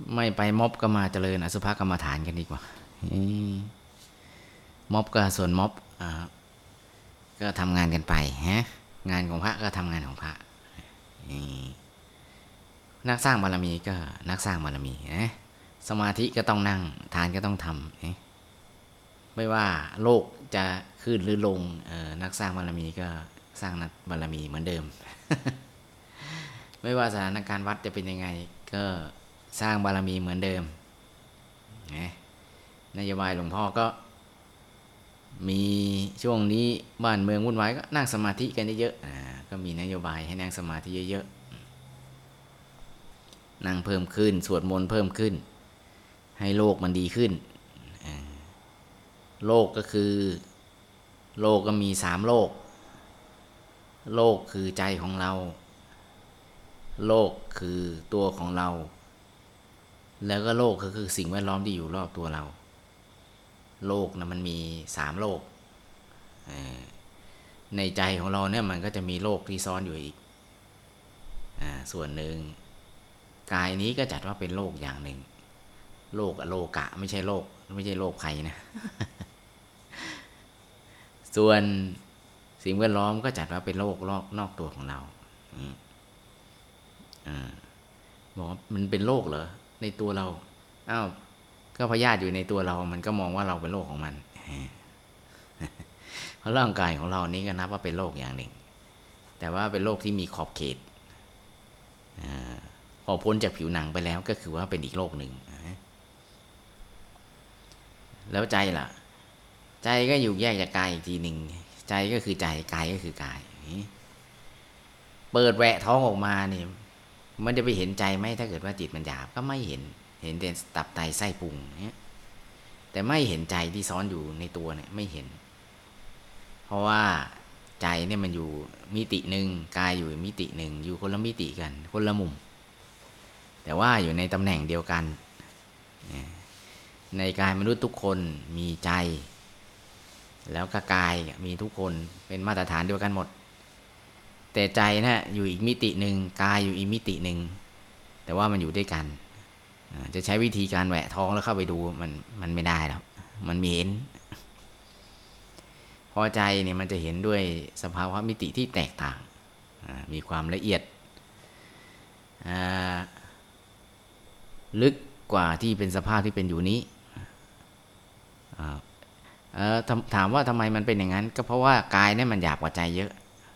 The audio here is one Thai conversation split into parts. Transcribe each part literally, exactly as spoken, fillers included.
ไม่ไปม็อบก็มาเจริญอสุภกรรมฐานกันดีกว่าม็อบก็ส่วนม็อบก็ทำงานกันไปฮะงานของพระก็ทำงานของพระนักสร้างบารมีก็นักสร้างบารมีนะสมาธิก็ต้องนั่งทานก็ต้องทำไม่ว่าโลกจะขึ้นหรือลงนักสร้างบารมีก็สร้างนักบารมีเหมือนเดิม ไม่ว่าสถานการณ์วัดจะเป็นยังไงก็สร้างบารมีเหมือนเดิมนะนโยบายหลวงพ่อก็มีช่วงนี้บ้านเมืองวุ่นวายก็นั่งสมาธิกันเยอะๆก็มีนโยบายให้นั่งสมาธิเยอะๆนั่งเพิ่มขึ้นสวดมนต์เพิ่มขึ้นให้โลกมันดีขึ้นโลกก็คือโลกก็มีสามโลกโลกคือใจของเราโลกคือตัวของเราแล้วก็โลกก็คือสิ่งแวดล้อมที่อยู่รอบตัวเราโลกนะมันมีสามโลกในใจของเราเนี่ยมันก็จะมีโลกที่ซ้อนอยู่อีกส่วนหนึ่งกายนี้ก็จัดว่าเป็นโลกอย่างหนึ่งโลกอโลกะไม่ใช่โลกไม่ใช่โลกใครนะ ส่วนสิ่งแวดล้อมก็จัดว่าเป็นโลกนอกตัวของเราบอกว่ามันเป็นโลกเหรอในตัวเราอ้าวก็พยาธิอยู่ในตัวเรามันก็มองว่าเราเป็นโลกของมันเพราะร่างกายของเรานี้ก็นับว่าเป็นโลกอย่างหนึ่งแต่ว่าเป็นโลกที่มีขอบเขตพอพ้นจากผิวหนังไปแล้วก็คือว่าเป็นอีกโลกหนึ่งแล้วใจล่ะใจก็อยู่แยกจากกายอีกทีหนึ่งใจก็คือใจกายก็คือกายเปิดแหวะท้องออกมาเนี่ยมันจะไปเห็นใจไหมถ้าเกิดว่าจิตมันหยาบก็ไม่เห็นเห็นแต่ตับไตไส้พุงเนี่ยแต่ไม่เห็นใจที่ซ้อนอยู่ในตัวเนี่ยไม่เห็นเพราะว่าใจเนี่ยมันอยู่มิติหนึ่งกายอยู่มิติหนึ่งอยู่คนละมิติกันคนละมุมแต่ว่าอยู่ในตำแหน่งเดียวกันในกายมนุษย์ทุกคนมีใจแล้วก็กายมีทุกคนเป็นมาตรฐานเดียวกันหมดแต่ใจนะอยู่อีกมิติหนึ่งกายอยู่อีกมิติหนึ่งแต่ว่ามันอยู่ด้วยกันจะใช้วิธีการแหวะท้องแล้วเข้าไปดูมันมันไม่ได้แล้วมันมีเห็นพอใจเนี่ยมันจะเห็นด้วยสภาวะมิติที่แตกต่างมีความละเอียดลึกกว่าที่เป็นสภาพที่เป็นอยู่นี้ถามว่าทำไมมันเป็นอย่างนั้นก็เพราะว่ากายเนี่ยมันหยาบกว่าใจเยอะ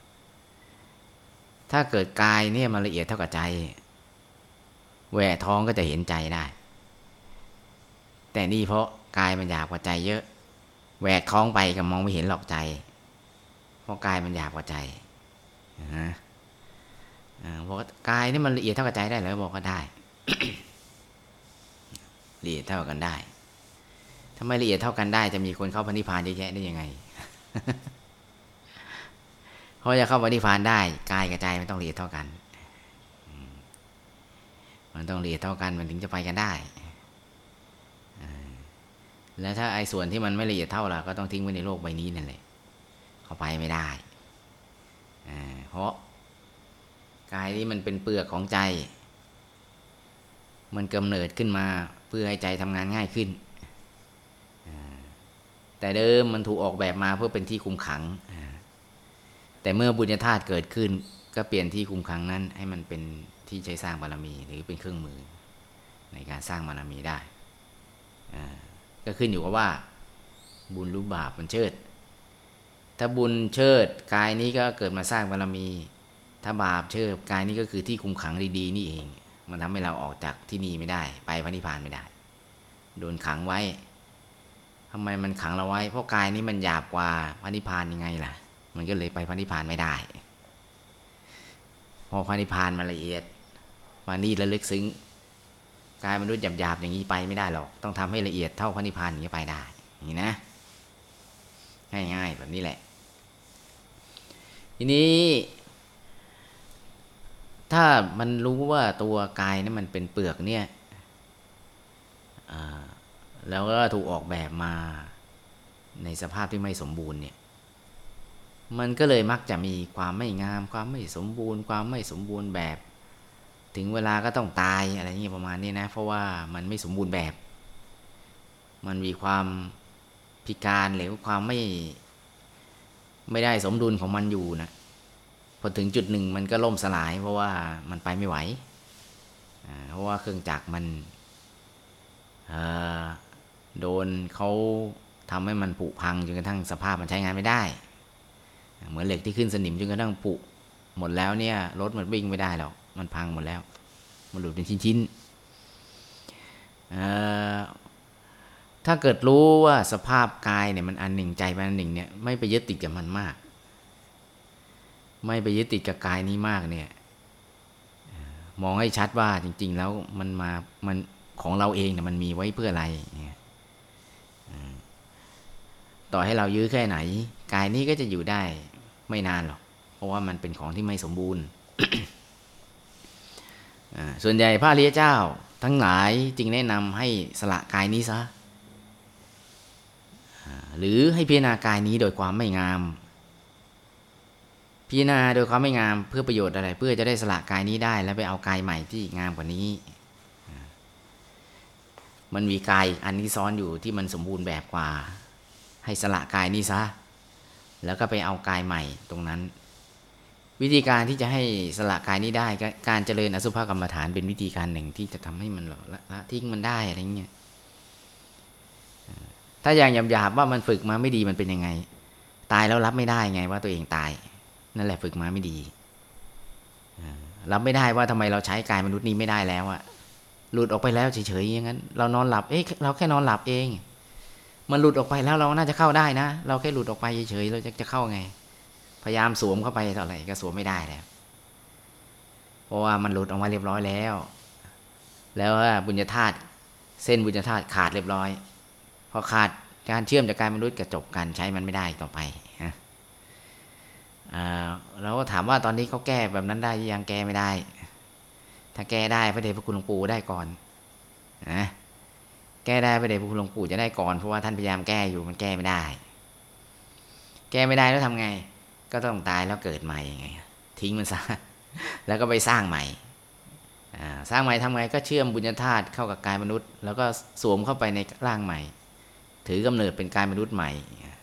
ถ้าเกิดกายเนี่ยมันละเอียดเท่ากับใจแหวะท้องก็จะเห็นใจได้แต่นี่เพราะกายมันหยาบกว่าใจเยอะแหวกท้องไปก็มองไม่เห็นหรอกใจเพราะกายมันหยาบกว่าใจนะบอกกายนี่มันละเอียดเท่ากับใจได้เหรอบอกก็ได้ ละเอียดเท่ากันได้ถ้าไม่ละเอียดเท่ากันได้จะมีคนเข้าพระนิพพานเยอะแยะได้ยังไง เพราะจะเข้าพระนิพพานได้กายกับใจมันต้องละเอียดเท่ากันมันต้องละเอียดเท่ากันมันถึงจะไปกันได้แล้วถ้าไอ้ส่วนที่มันไม่ละเอียดเท่าล่ะก็ต้องทิ้งไว้ในโลกใบนี้นั่นแหละเข้าไปไม่ได้เพราะกายนี้มันเป็นเปลือกของใจมันกำเนิดขึ้นมาเพื่อให้ใจทำงานง่ายขึ้นแต่เดิมมันถูกออกแบบมาเพื่อเป็นที่คุมขังแต่เมื่อบุญญาธาตุเกิดขึ้นก็เปลี่ยนที่คุมขังนั้นให้มันเป็นที่ใช้สร้างบารมีหรือเป็นเครื่องมือในการสร้างบารมีได้ก็ขึ้นอยู่กับว่าบุญหรือบาปมันเชิดถ้าบุญเชิดกายนี้ก็เกิดมาสร้างบารมีถ้าบาปเชิดกายนี้ก็คือที่คุมขังดีๆนี่เองมันทำให้เราออกจากที่นี่ไม่ได้ไปพระนิพพานไม่ได้โดนขังไว้ทำไมมันขังเราไว้เพราะกายนี้มันหยาบกว่าพระนิพพานยังไงล่ะมันก็เลยไปพระนิพพานไม่ได้พอพระนิพพานมันละเอียดมานี่ระลึกซึ้งกายมนุษย์หยาบๆอย่างนี้ไปไม่ได้หรอกต้องทำให้ละเอียดเท่าพระนิพพานอย่างนี้ไปได้อย่างนี้นะง่ายๆแบบนี้แหละทีนี้ถ้ามันรู้ว่าตัวกายนี่มันเป็นเปลือกเนี่ยแล้วก็ถูกออกแบบมาในสภาพที่ไม่สมบูรณ์เนี่ยมันก็เลยมักจะมีความไม่งามความไม่สมบูรณ์ความไม่สมบูรณ์แบบถึงเวลาก็ต้องตายอะไรอย่างเงี้ยประมาณนี้นะเพราะว่ามันไม่สมบูรณ์แบบมันมีความพิการหรือความไม่ไม่ได้สมดุลของมันอยู่นะพอถึงจุดหนึ่งมันก็ล่มสลายเพราะว่ามันไปไม่ไหวเพราะว่าเครื่องจักรมันโดนเขาทำให้มันผุพังจนกระทั่งสภาพมันใช้งานไม่ได้เหมือนเหล็กที่ขึ้นสนิมจนกระทั่งผุหมดแล้วเนี่ยรถมันวิ่งไม่ได้หรอกมันพังหมดแล้วมันหลุดเป็นชิ้นๆถ้าเกิดรู้ว่าสภาพกายเนี่ยมันอันหนึ่งใจมันอันหนึ่งเนี่ยไม่ไปยึดติดกับมันมากไม่ไปยึดติดกับกายนี้มากเนี่ยมองให้ชัดว่าจริงๆแล้วมันมามันของเราเองเนี่ยมันมีไว้เพื่ออะไรเนี่ยต่อให้เรายื้อแค่ไหนกายนี้ก็จะอยู่ได้ไม่นานหรอกเพราะว่ามันเป็นของที่ไม่สมบูรณ์ ส่วนใหญ่พระอริยเจ้าทั้งหลายจึงแนะนำให้สละกายนี้ซะหรือให้พิจารณากายนี้โดยความไม่งามพิจารณาโดยความไม่งามเพื่อประโยชน์อะไรเพื่อจะได้สละกายนี้ได้แล้วไปเอากายใหม่ที่งามกว่านี้มันมีกายอันนี้ซ้อนอยู่ที่มันสมบูรณ์แบบกว่าให้สละกายนี้ซะแล้วก็ไปเอากายใหม่ตรงนั้นวิธีการที่จะให้สละกายนี้ได้การเจริญอสุภกรรมฐานเป็นวิธีการหนึ่งที่จะทำให้มันละละทิ้งมันได้อะไรเงี้ยถ้าอย่างหยาบๆว่ามันฝึกมาไม่ดีมันเป็นยังไงตายแล้วรับไม่ได้ไงว่าตัวเองตายนั่นแหละฝึกมาไม่ดีรับไม่ได้ว่าทำไมเราใช้กายมนุษย์นี้ไม่ได้แล้วอะหลุดออกไปแล้วเฉยๆอย่างนั้นเรานอนหลับเอ๊ะเราแค่นอนหลับเองมันหลุดออกไปแล้วเราน่าจะเข้าได้นะเราแค่หลุดออกไปเฉยๆเราจะจะเข้าไงพยายามสวมเข้าไปเท่าไหร่ก็สวมไม่ได้แล้วเพราะว่ามันหลุดออกมาเรียบร้อยแล้วแล้วบุญญาธาตุเส้นบุญญาธาตุขาดเรียบร้อยพอขาดการเชื่อมจากกายมนุษย์กับจบกันใช้มันไม่ได้ต่อไปนะเราก็ถามว่าตอนนี้เขาแก้แบบนั้นได้ยังแก้ไม่ได้ถ้าแก้ได้พระเดชพระคุณหลวงปู่ได้ก่อนนะแก้ได้พระเดชพระคุณหลวงปู่จะได้ก่อนเพราะว่าท่านพยายามแก้อยู่มันแก้ไม่ได้แก้ไม่ได้แล้วทำไงก็ต้องตายแล้วเกิดใหม่ยังไงทิ้งมันซะแล้วก็ไปสร้างใหม่สร้างใหม่ทำไงก็เชื่อมบุญญาธาตุเข้ากับกายมนุษย์แล้วก็สวมเข้าไปในร่างใหม่ถือกำเนิดเป็นกายมนุษย์ใหม่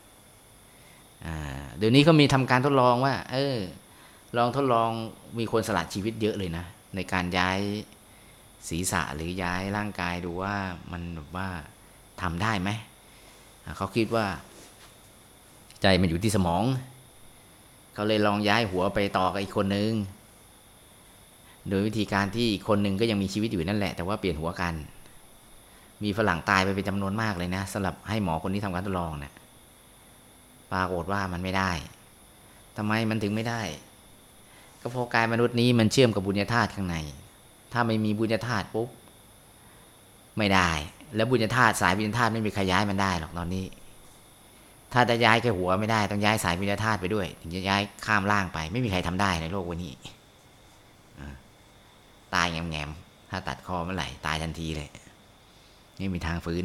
เดี๋ยวนี้เขามีทำการทดลองว่าเออลองทดลองมีคนสละชีวิตเยอะเลยนะในการย้ายศีรษะหรือย้ายร่างกายดูว่ามันแบบว่าทำได้ไหมเขาคิดว่าใจมันอยู่ที่สมองเขาเลยลองย้ายหัวไปต่อกับอีกคนนึงโดยวิธีการที่คนหนึ่งก็ยังมีชีวิตอยู่นั่นแหละแต่ว่าเปลี่ยนหัวกันมีฝรั่งตายไปเป็นจำนวนมากเลยนะสำหรับให้หมอคนนี้ทำการทดลองนะปรากฏว่ามันไม่ได้ทำไมมันถึงไม่ได้ก็เพราะกายมนุษย์นี้มันเชื่อมกับบุญญาธาตุข้างในถ้าไม่มีบุญญาธาตุปุ๊บไม่ได้แล้วบุญญาธาตุสายบุญญาธาตุไม่มีใครย้ายมันได้หรอกตอนนี้ถ้าจะย้ายแค่หัวไม่ได้ต้องย้ายสายบุญญาธาตุไปด้วยถึงจะย้ายข้ามล่างไปไม่มีใครทำได้ในโลกวันนี้ตายแง่มๆถ้าตัดคอเมื่อไหร่ตายทันทีเลยไม่มีทางฟื้น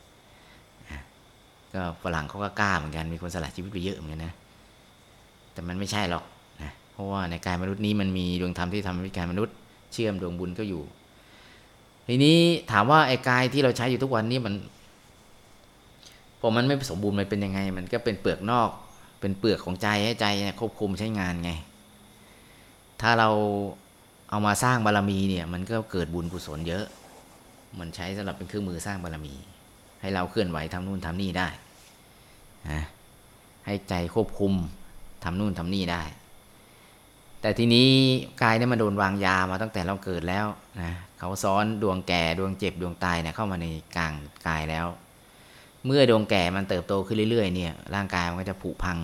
ก็ฝรั่งเขาก็กล้าเหมือนกันมีคนสละชีวิตไปเยอะเหมือนกันนะแต่มันไม่ใช่หรอกนะเพราะว่าในกายมนุษย์นี้มันมีดวงธรรมที่ทำให้กายมนุษย์เชื่อมดวงบุญก็อยู่ทีนี้ถามว่าไอ้กายที่เราใช้อยู่ทุกวันนี้มันพอมันไม่สมบูรณ์มันเป็นยังไงมันก็เป็นเปลือกนอกเป็นเปลือกของใจให้ใจควบคุมใช้งานไงถ้าเราเอามาสร้างบารมีเนี่ยมันก็เกิดบุญกุศลเยอะมันใช้สำหรับเป็นเครื่องมือสร้างบารมีให้เราเคลื่อนไหวทำนู่นทำนี่ได้นะให้ใจควบคุมทำนู่นทำนี่ได้แต่ทีนี้กายเนี่ยมันโดนวางยามาตั้งแต่เราเกิดแล้วนะเขาซ้อนดวงแก่ดวงเจ็บดวงตายเนี่ยเข้ามาในกลางกายแล้วเมื่อดวงแก่มันเติบโตขึ้นเรื่อยๆเนี่ยร่างกายมันก็จะผุพัง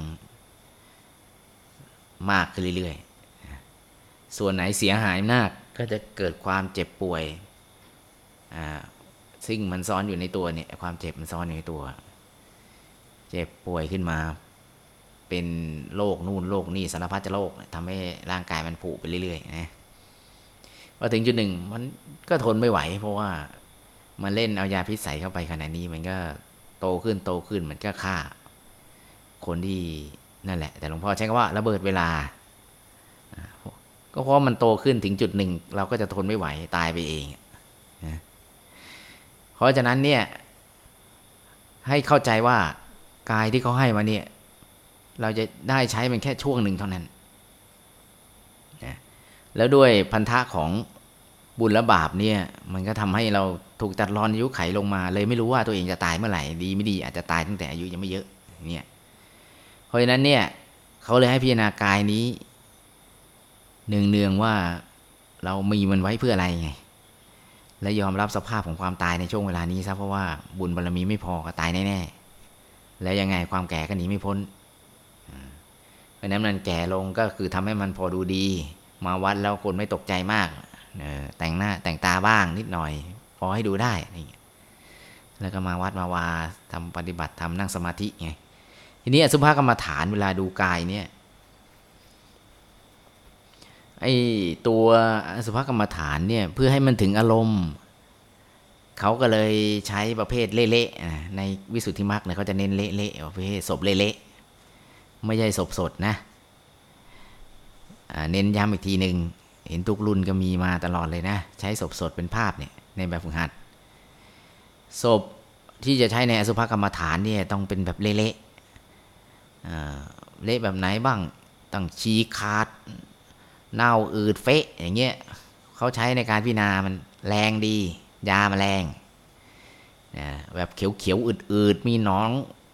มากขึ้นเรื่อยๆส่วนไหนเสียหายมากก็จะเกิดความเจ็บป่วยอ่าซึ่งมันซ้อนอยู่ในตัวเนี่ยความเจ็บมันซ้อนอยู่ในตัวเจ็บป่วยขึ้นมาเป็นโรคนู่นโรคนี่สารพัดจะโรคทำให้ร่างกายมันผุไปเรื่อยๆนะพอถึงจุดหนึ่งมันก็ทนไม่ไหวเพราะว่ามันเล่นเอายาพิษใส่เข้าไปขนาดนี้มันก็โตขึ้นโตขึ้นมันก็ฆ่าคนที่นั่นแหละแต่หลวงพ่อใช้คำว่าระเบิดเวลาก็เพราะมันโตขึ้นถึงจุดหนึ่งเราก็จะทนไม่ไหวตายไปเองนะเพราะฉะนั้นเนี่ยให้เข้าใจว่ากายที่เขาให้มาเนี่ยเราจะได้ใช้มันแค่ช่วงหนึ่งเท่านั้นนะแล้วด้วยพันธะของบุญและบาปเนี่ยมันก็ทำให้เราถูกตัดรอนอายุไขลงมาเลยไม่รู้ว่าตัวเองจะตายเมื่อไหร่ดีไม่ดีอาจจะตายตั้งแต่อายุยังไม่เยอะเนี่ยเพราะฉะนั้นเนี่ยเขาเลยให้พิจารณากายนี้เนืองๆว่าเรามีมันไว้เพื่ออะไรไงและยอมรับสภาพของความตายในช่วงเวลานี้ซะเพราะว่าบุญบารมีไม่พอก็ตายแน่ๆแล้วยังไงความแก่ก็หนีไม่พ้นเพราะนั้นมันแก่ลงก็คือทำให้มันพอดูดีมาวัดแล้วคนไม่ตกใจมากแต่งหน้าแต่งตาบ้างนิดหน่อยพอให้ดูได้นี่แล้วก็มาวัดมาวาทำปฏิบัติทำนั่งสมาธิไงทีนี้อสุภกรรมฐานเวลาดูกายเนี่ยไอ้ตัวอสุภกรรมฐานเนี่ยเพื่อให้มันถึงอารมณ์เขาก็เลยใช้ประเภทเละๆในวิสุทธิมรรคเนี่ยเขาจะเน้นเละๆประเภทศพเละๆไม่ใช่ศพสดนะเน้นย้ำอีกทีหนึ่งเห็นทุกรุ่นก็มีมาตลอดเลยนะใช้ศพสดเป็นภาพเนี่ยในแบบฝึกหัดศพที่จะใช้ในอสุภกรรมฐานเนี่ยต้องเป็นแบบเละๆเละแบบไหนบ้างต้องชี้ขาดเน่าอืดเฟะอย่างเงี้ยเขาใช้ในการพิจารณามันแรงดียามาแรงแบบเขียวๆอืดๆมีหนอง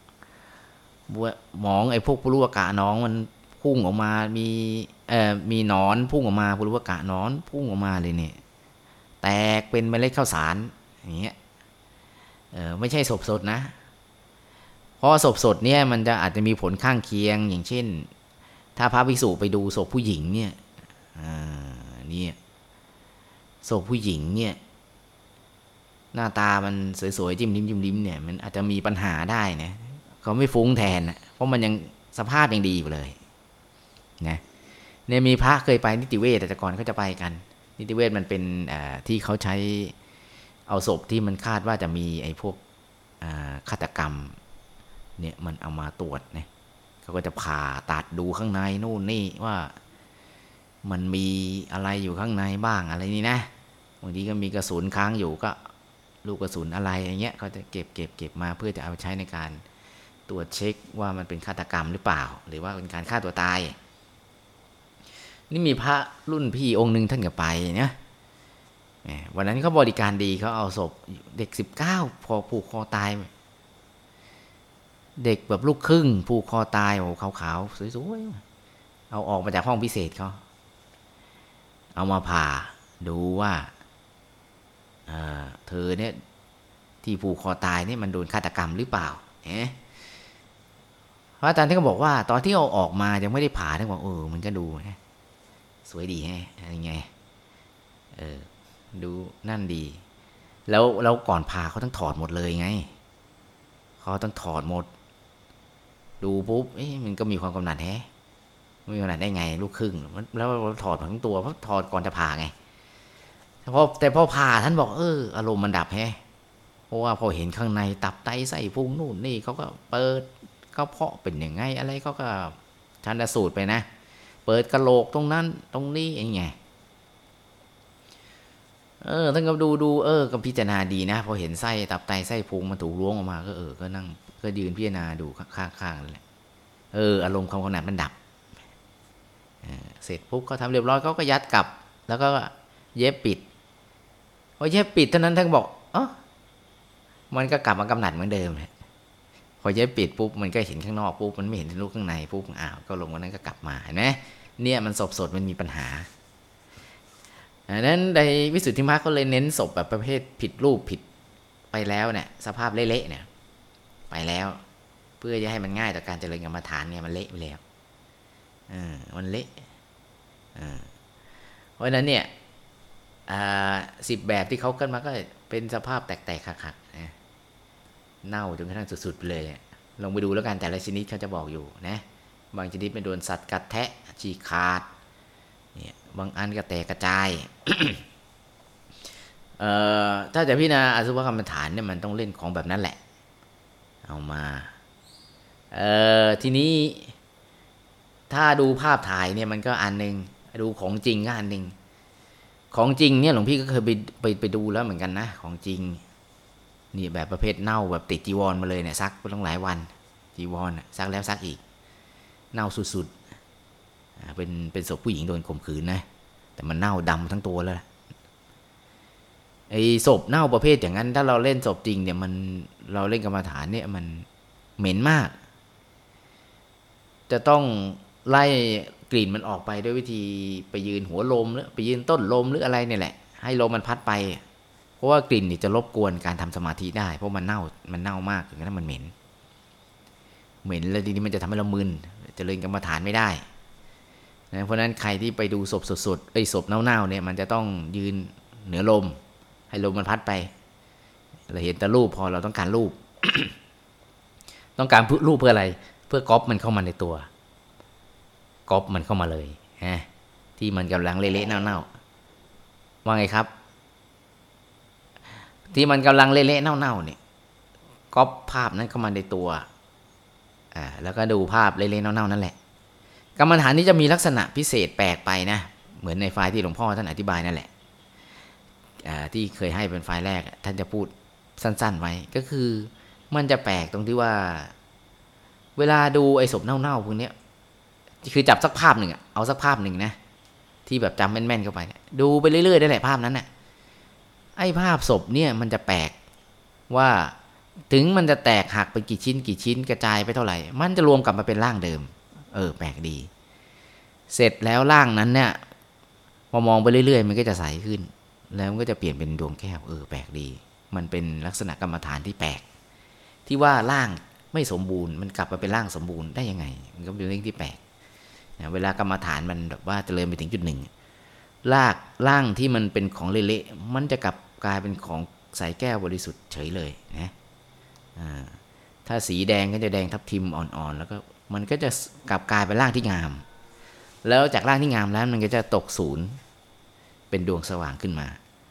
หมองไอ้พวกปุรุกะหนองมันพุ่งออกมามีเอ่อมีหนอนพุ่งออกมาปุรุกะหนอนพุ่งออกมาเลยเนี่ยแตกเป็นเมล็ดข้าวสารอย่างเงี้ยเออไม่ใช่ศพสดนะเพราะศพสดเนี่ยมันจะอาจจะมีผลข้างเคียงอย่างเช่นถ้าพระภิกษุไปดูศพผู้หญิงเนี่ยอ่าเนี่ยศพผู้หญิงเนี่ยหน้าตามันสวยๆจิ้มลิ้มจิ้มลิ้มเนี่ยมันอาจจะมีปัญหาได้นะเขาไม่ฟุ้งแทนนะเพราะมันยังสภาพยังดีอยู่เลยนะเนี่ยมีพระเคยไปนิติเวชแต่ก่อนเขาจะไปกันนิติเวชมันเป็นที่เขาใช้เอาศพที่มันคาดว่าจะมีไอ้พวกฆาตกรรมเนี่ยมันเอามาตรวจนะเขาก็จะผ่าตัดดูข้างในนู่นนี่ว่ามันมีอะไรอยู่ข้างในบ้างอะไรนี่นะบางทีก็มีกระสุนค้างอยู่ก็ลูกกระสุนอะไรอย่างเงี้ยเขาจะเก็บเก็บเก็บมาเพื่อจะเอาใช้ในการตรวจเช็คว่ามันเป็นฆาตกรรมหรือเปล่าหรือว่าเป็นการฆ่าตัวตายนี่มีพระรุ่นพี่องค์หนึ่งท่านก็ไปเนี่ยวันนั้นเขาบริการดีเขาเอาศพเด็กสิบเก้าพอผูกคอตายเด็กแบบลูกครึ่งผูกคอตายโอ้ขาวๆสวยๆเอาออกมาจากห้องพิเศษเขาเอามาผ่าดูว่าเ, เธอเนี่ยที่ผูกคอตายเนี่ยมันโดนฆาตกรรมหรือเปล่าเนี่ยพระอาจารย์ท่านก็บอกว่าตอนที่เอาออกมายังไม่ได้ผ่าท่านบอกเออมันก็ดูนะสวยดีแฮะอะไรไงเออดูนั่นดีแล้วแล้วก่อนผ่าเขาต้องถอดหมดเลยไงเขาต้องถอดหมดดูปุ๊บเอ๊ะมันก็มีความกำหนัดแฮะมีความกำหนัดได้ไงลูกครึ่งแล้วถอดทั้งตัวเพราะถอดก่อนจะผ่าไงพอแต่พอผ่าท่านบอกเอออารมณ์มันดับแฮะเพราะว่าพอเห็นข้างในตับไตไส้พุงนู่นนี่เขาก็เปิดเขาเพาะเป็นยังไงอะไรเขาก็ชันสูตรไปนะเปิดกระโหลกตรงนั้นตรงนี้อย่างไงเออท่านก็ดูดูเออก็พิจารณาดีนะพอเห็นไส้ตับไตไส้พุงมันถูกล้วงออกมาก็เออก็นั่งก็ยืนพิจารณาดูข้างๆนั่นแหละเอออารมณ์ความกำหนัดมันดับเสร็จปุ๊บเขาทำเรียบร้อยเขาก็ยัดกลับแล้วก็เย็บปิดพอเย็บปิดเท่านั้นท่านบอกอ๋อมันก็กลับมากำหนัดเหมือนเดิมเลยพอเย็บปิดปุ๊บมันก็เห็นข้างนอกปุ๊บมันไม่เห็นลูกข้างในปุ๊บอ้าวก็ลงวันนั้นก็กลับมาเห็นไหมเนี่ยมันศพสดมันมีปัญหาดังนั้นในวิสุทธิมรรคก็เลยเน้นศพแบบประเภทผิดรูปผิดไปแล้วเนี่ยสภาพเละๆเนี่ยไปแล้วเพื่อจะให้มันง่ายต่อการเจริญกรรมฐานเนี่ยมันเละไปแล้วเออมันเละเออเพราะฉะนั้นเนี่ยสิบแบบที่เขาขึ้นมาก็เป็นสภาพแตกๆหักๆนะเน่าจนกระทั่งสุดๆไปเลยลองไปดูแล้วกันแต่ละชนิดเขาจะบอกอยู่นะบางชนิดเป็นโดนสัตว์กัดแทะฉีกขาดเนี่ยบางอันก็แตกกระจาย ถ้าจะพิจารณาอสุภกรรมฐานเนี่ยมันต้องเล่นของแบบนั้นแหละเอามาทีนี้ถ้าดูภาพถ่ายเนี่ยมันก็อันนึงดูของจริงก็อันหนึ่งของจริงเนี่ยหลวงพี่ก็เคยไปไปไปดูแล้วเหมือนกันนะของจริงนี่แบบประเภทเน่าแบบติดจีวรมาเลยเนี่ยซักไปตั้งหลายวันจีวรซักแล้วซักอีกเน่าสุดๆเป็นเป็นศพผู้หญิงโดนข่มขืนนะแต่มันเน่าดำทั้งตัวแล้วไอ้ศพเน่าประเภทอย่างนั้นถ้าเราเล่นศพจริงเนี่ยมันเราเล่นกรรมฐานเนี่ยมันเหม็นมากจะต้องไล่กลิ่นมันออกไปด้วยวิธีไปยืนหัวลมหรือไปยืนต้นลมหรืออะไรเนี่ยแหละให้ลมมันพัดไปเพราะว่ากลิ่นนี่จะรบกวนการทำสมาธิได้เพราะมันเน่ามันเน่ามากอย่างนั้นมันเหม็นเหม็นแล้วทีนี้มันจะทำให้เรามึนเจริญกรรมฐานไม่ได้นะเพราะฉะนั้นใครที่ไปดูศพสดๆไอ้ศพเน่าๆเนี่ยมันจะต้องยืนเหนือลมให้ลมมันพัดไปเราเห็นแต่รูปพอเราต้องการรูป ต้องการรูปเพื่ออะไรเพื่อก๊อปมันเข้ามาในตัวก๊อปมันเข้ามาเลยฮะที่มันกำลังเละๆเน่าๆว่าไงครับที่มันกำลังเละๆเน่าๆเนี่ยก๊อปภาพนั้นเข้ามาในตัวอ่าแล้วก็ดูภาพเละๆเน่าๆนั่นแหละกรรมฐานนี้จะมีลักษณะพิเศษแปลกไปนะเหมือนในไฟล์ที่หลวงพ่อท่านอธิบายนั่นแหละที่เคยให้เป็นไฟล์แรกท่านจะพูดสั้นๆไว้ก็คือมันจะแปลกตรงที่ว่าเวลาดูไอ้ศพเน่าๆพวกนี้คือจับสักภาพหนึ่งเอาสักภาพหนึ่งนะที่แบบจำแม่นๆเข้าไปดูไปเรื่อยๆได้แหละภาพนั้นน่ะไอ้ภาพศพเนี่ยมันจะแปลกว่าถึงมันจะแตกหักเป็นกี่ชิ้นกี่ชิ้นกระจายไปเท่าไหร่มันจะรวมกลับมาเป็นร่างเดิมเออแปลกดีเสร็จแล้วร่างนั้นเนี่ยพอมองไปเรื่อยๆมันก็จะใสขึ้นแล้วมันก็จะเปลี่ยนเป็นดวงแก้วเออแปลกดีมันเป็นลักษณะกรรมฐานที่แปลกที่ว่าร่างไม่สมบูรณ์มันกลับมาเป็นร่างสมบูรณ์ได้ยังไงมันก็เป็นเรื่องที่แปลกเวลากรรมฐานมันแบบว่าเจริญไปถึงจุดหนึ่งรากร่างที่มันเป็นของเละๆมันจะกลับกลายเป็นของใสแก้วบริสุทธิ์เฉยเลยนะถ้าสีแดงก็จะแดงทับทิมอ่อนๆแล้วก็มันก็จะกลับกลายเป็นร่างที่งามแล้วจากร่างที่งามแล้วมันก็จะตกศูนย์เป็นดวงสว่างขึ้นมา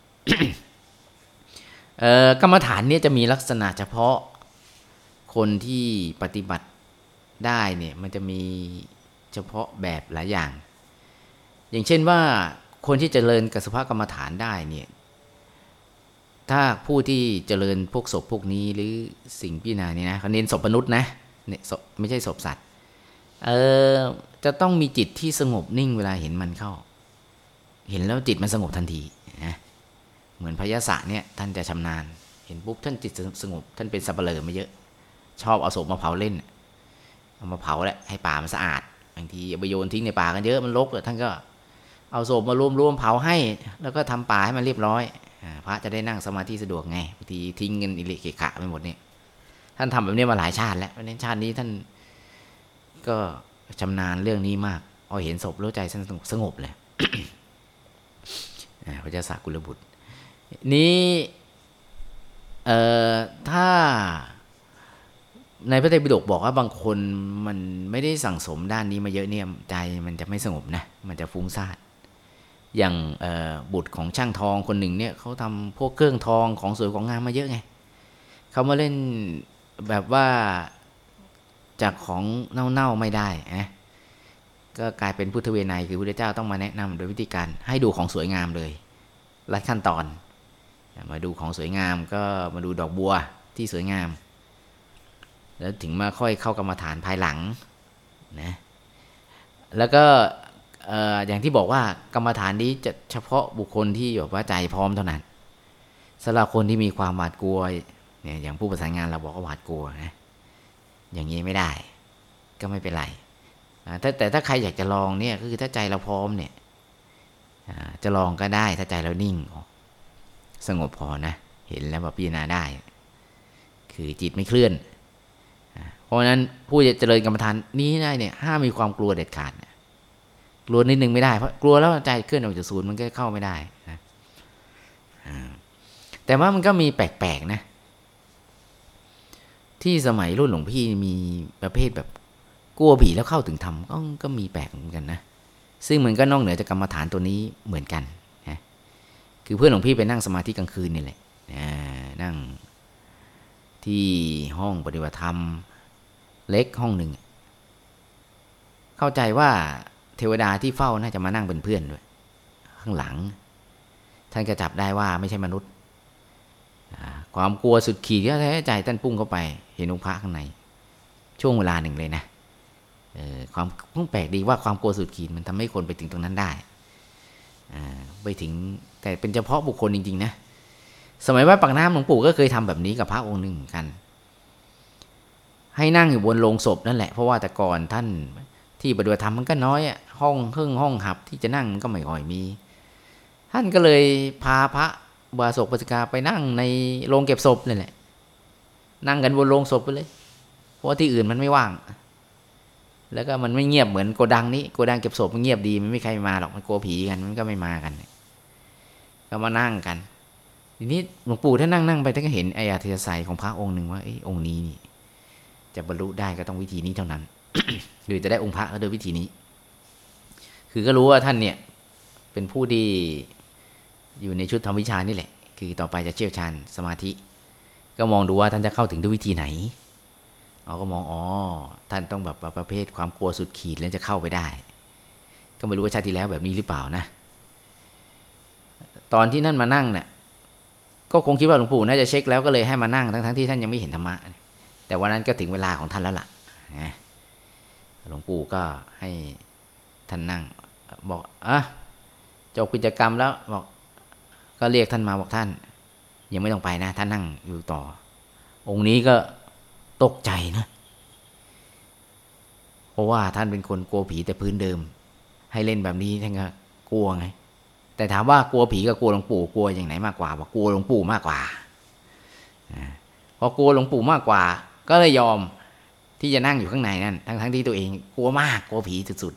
กรรมฐานนี้จะมีลักษณะเฉพาะคนที่ปฏิบัติได้เนี่ยมันจะมีเฉพาะแบบหลายอย่างอย่างเช่นว่าคนที่เจริญกัสสภกรรมฐานได้เนี่ยถ้าผู้ที่เจริญพวกศพพวกนี้หรือสิ่งพิจารณานี่นะเขาเน้นศพมนุษย์นะเนี่ยไม่ใช่ศพสัตว์เออจะต้องมีจิตที่สงบนิ่งเวลาเห็นมันเข้าเห็นแล้วจิตมันสงบทันทีนะเหมือนพยาศะเนี่ยท่านจะชำนาญเห็นปุ๊บท่านจิตสงบท่านเป็นสัปเหร่อมาเยอะชอบเอาศพมาเผาเล่นเอามาเผาแหละให้ป่ามันสะอาดบางทีเอาไปโยนทิ้งในป่ากันเยอะมันรกท่านก็เอาศพมารวมๆเผาให้แล้วก็ทำป่าให้มันเรียบร้อยพระจะได้นั่งสมาธิสะดวกไงบางทีทิ้งเงินอิเละเกะขะไปหมดเนี่ยท่านทำแบบนี้มาหลายชาติแล้วเพราะฉะนั้นชาตินี้ท่านก็ชำนาญเรื่องนี้มากพอเห็นศพแล้วใจสงบเลย พระเจ้าสากุลบุตรนี้เอ่อถ้าในพระไตรปิฎกบอกว่าบางคนมันไม่ได้สั่งสมด้านนี้มาเยอะเนี่ยใจมันจะไม่สงบนะมันจะฟุ้งซ่านอย่างบุตรของช่างทองคนหนึ่งเนี่ยเขาทำพวกเครื่องทองของสวยของงามมาเยอะไงเขามาเล่นแบบว่าจากของเน่าๆไม่ได้นะก็กลายเป็นพุทธเวไนยคือพระพุทธเจ้าต้องมาแนะนำโดยวิธีการให้ดูของสวยงามเลยลัดขั้นตอนมาดูของสวยงามก็มาดูดอกบัวที่สวยงามแล้วถึงมาค่อยเข้ากรรมฐานภายหลังนะแล้วก็อย่างที่บอกว่ากรรมฐานนี้จะเฉพาะบุคคลที่แบบว่าใจพร้อมเท่านั้นสำหรับคนที่มีความหวาดกลัวเนี่ยอย่างผู้ประสานงานเราบอกว่าหวาดกลัวนะอย่างนี้ไม่ได้ก็ไม่เป็นไรแต่แต่ถ้าใครอยากจะลองเนี่ยก็คือถ้าใจเราพร้อมเนี่ยจะลองก็ได้ถ้าใจเรานิ่งสงบพอนะเห็นแล้วแบบพิจารณาได้คือจิตไม่เคลื่อนเพราะฉะนั้นผู้จะเจริญกรรมฐานนี้ได้เนี่ยห้ามมีความกลัวเด็ดขาดกลัวนิดนึงไม่ได้เพราะกลัวแล้วใจเคลื่อนออกจากศูนย์มันก็เข้าไม่ได้นะแต่ว่ามันก็มีแปลกๆนะที่สมัยรุ่นหลวงพี่มีประเภทแบบกลัวผีแล้วเข้าถึงธรรมก็ก็มีแปลกเหมือนกันนะซึ่งมันก็นอกเหนือจากกรรมฐานตัวนี้เหมือนกันนะคือเพื่อนหลวงพี่ไปนั่งสมาธิกลางคืนนี่แหละนั่งที่ห้องปฏิบัติธรรมเล็กห้องหนึ่งเข้าใจว่าเทวดาที่เฝ้าน่าจะมานั่งเป็นเพื่อนด้วยข้างหลังท่านก็จับได้ว่าไม่ใช่มนุษย์ความกลัวสุดขีดก็แท้ใจท่านพุ่งเข้าไปเห็นองค์พระข้างในช่วงเวลาหนึ่งเลยนะความพุ่งแปลกดีว่าความกลัวสุดขีดมันทำให้คนไปถึงตรงนั้นได้ไปถึงแต่เป็นเฉพาะบุคคลจริงๆนะสมัยวัดปากน้ำหลวงปู่ก็เคยทำแบบนี้กับพระองค์หนึ่งเหมือนกันให้นั่งอยู่บนโลงศพนั่นแหละเพราะว่าแต่ก่อนท่านที่ปฏิบัติธรรมมันก็น้อยอะห้องเครื่องห้องหับที่จะนั่งมันก็ไม่ค่อยมีท่านก็เลยพาพระบาศกปัสสิกาไปนั่งในโรงเก็บศพนั่นแหละนั่งกันบนโลงศพไปเลยเพราะว่าที่อื่นมันไม่ว่างแล้วก็มันไม่เงียบเหมือนโกดังนี้โกดังเก็บศพมันเงียบดีมันไม่ใครมาหรอกมันกลัวผีกันมันก็ไม่มากันก็มานั่งกันทีนี้หลวงปู่ท่านนั่งนั่งไปท่านก็เห็นไอ้อัธยาศัยของพระองค์หนึ่งว่าไอ้องค์นี้นี่จะบรรลุได้ก็ต้องวิธีนี้เท่านั้น หรือจะได้องค์พระก็โดยวิธีนี้คือก็รู้ว่าท่านเนี่ยเป็นผู้ที่อยู่ในชุดธรรมวิชานี่แหละคือต่อไปจะเชี่ยวชาญสมาธิก็มองดูว่าท่านจะเข้าถึงด้วยวิธีไหนเราก็มองอ๋อท่านต้องแบบประเภทความกลัวสุดขีดแล้วจะเข้าไปได้ก็ไม่รู้ว่าชาติที่แล้วแบบนี้หรือเปล่านะตอนที่นั่นมานั่งเนี่ยก็คงคิดว่าหลวงปู่น่าจะเช็คแล้วก็เลยให้มานั่งทั้งๆที่ท่านยังไม่เห็นธรรมะแต่วันนั้นก็ถึงเวลาของท่านแล้วล่ะนะหลวงปู่ก็ให้ท่านนั่งบอกอ่ะจบกิจกรรมแล้วบอกก็เรียกท่านมาบอกท่านยังไม่ต้องไปนะท่านนั่งอยู่ต่อองค์นี้ก็ตกใจนะเพราะว่าท่านเป็นคนกลัวผีแต่พื้นเดิมให้เล่นแบบนี้ท่านก็กลัวไงแต่ถามว่ากลัวผีกับกลัวหลวงปู่กลัวอย่างไหนมากกว่าบอกกลัวหลวงปู่มากกว่าพอกลัวหลวงปู่มากกว่าก็เลยยอมที่จะนั่งอยู่ข้างในนั่นทั้งทั้งที่ตัวเองกลัวมากกลัวผีสุด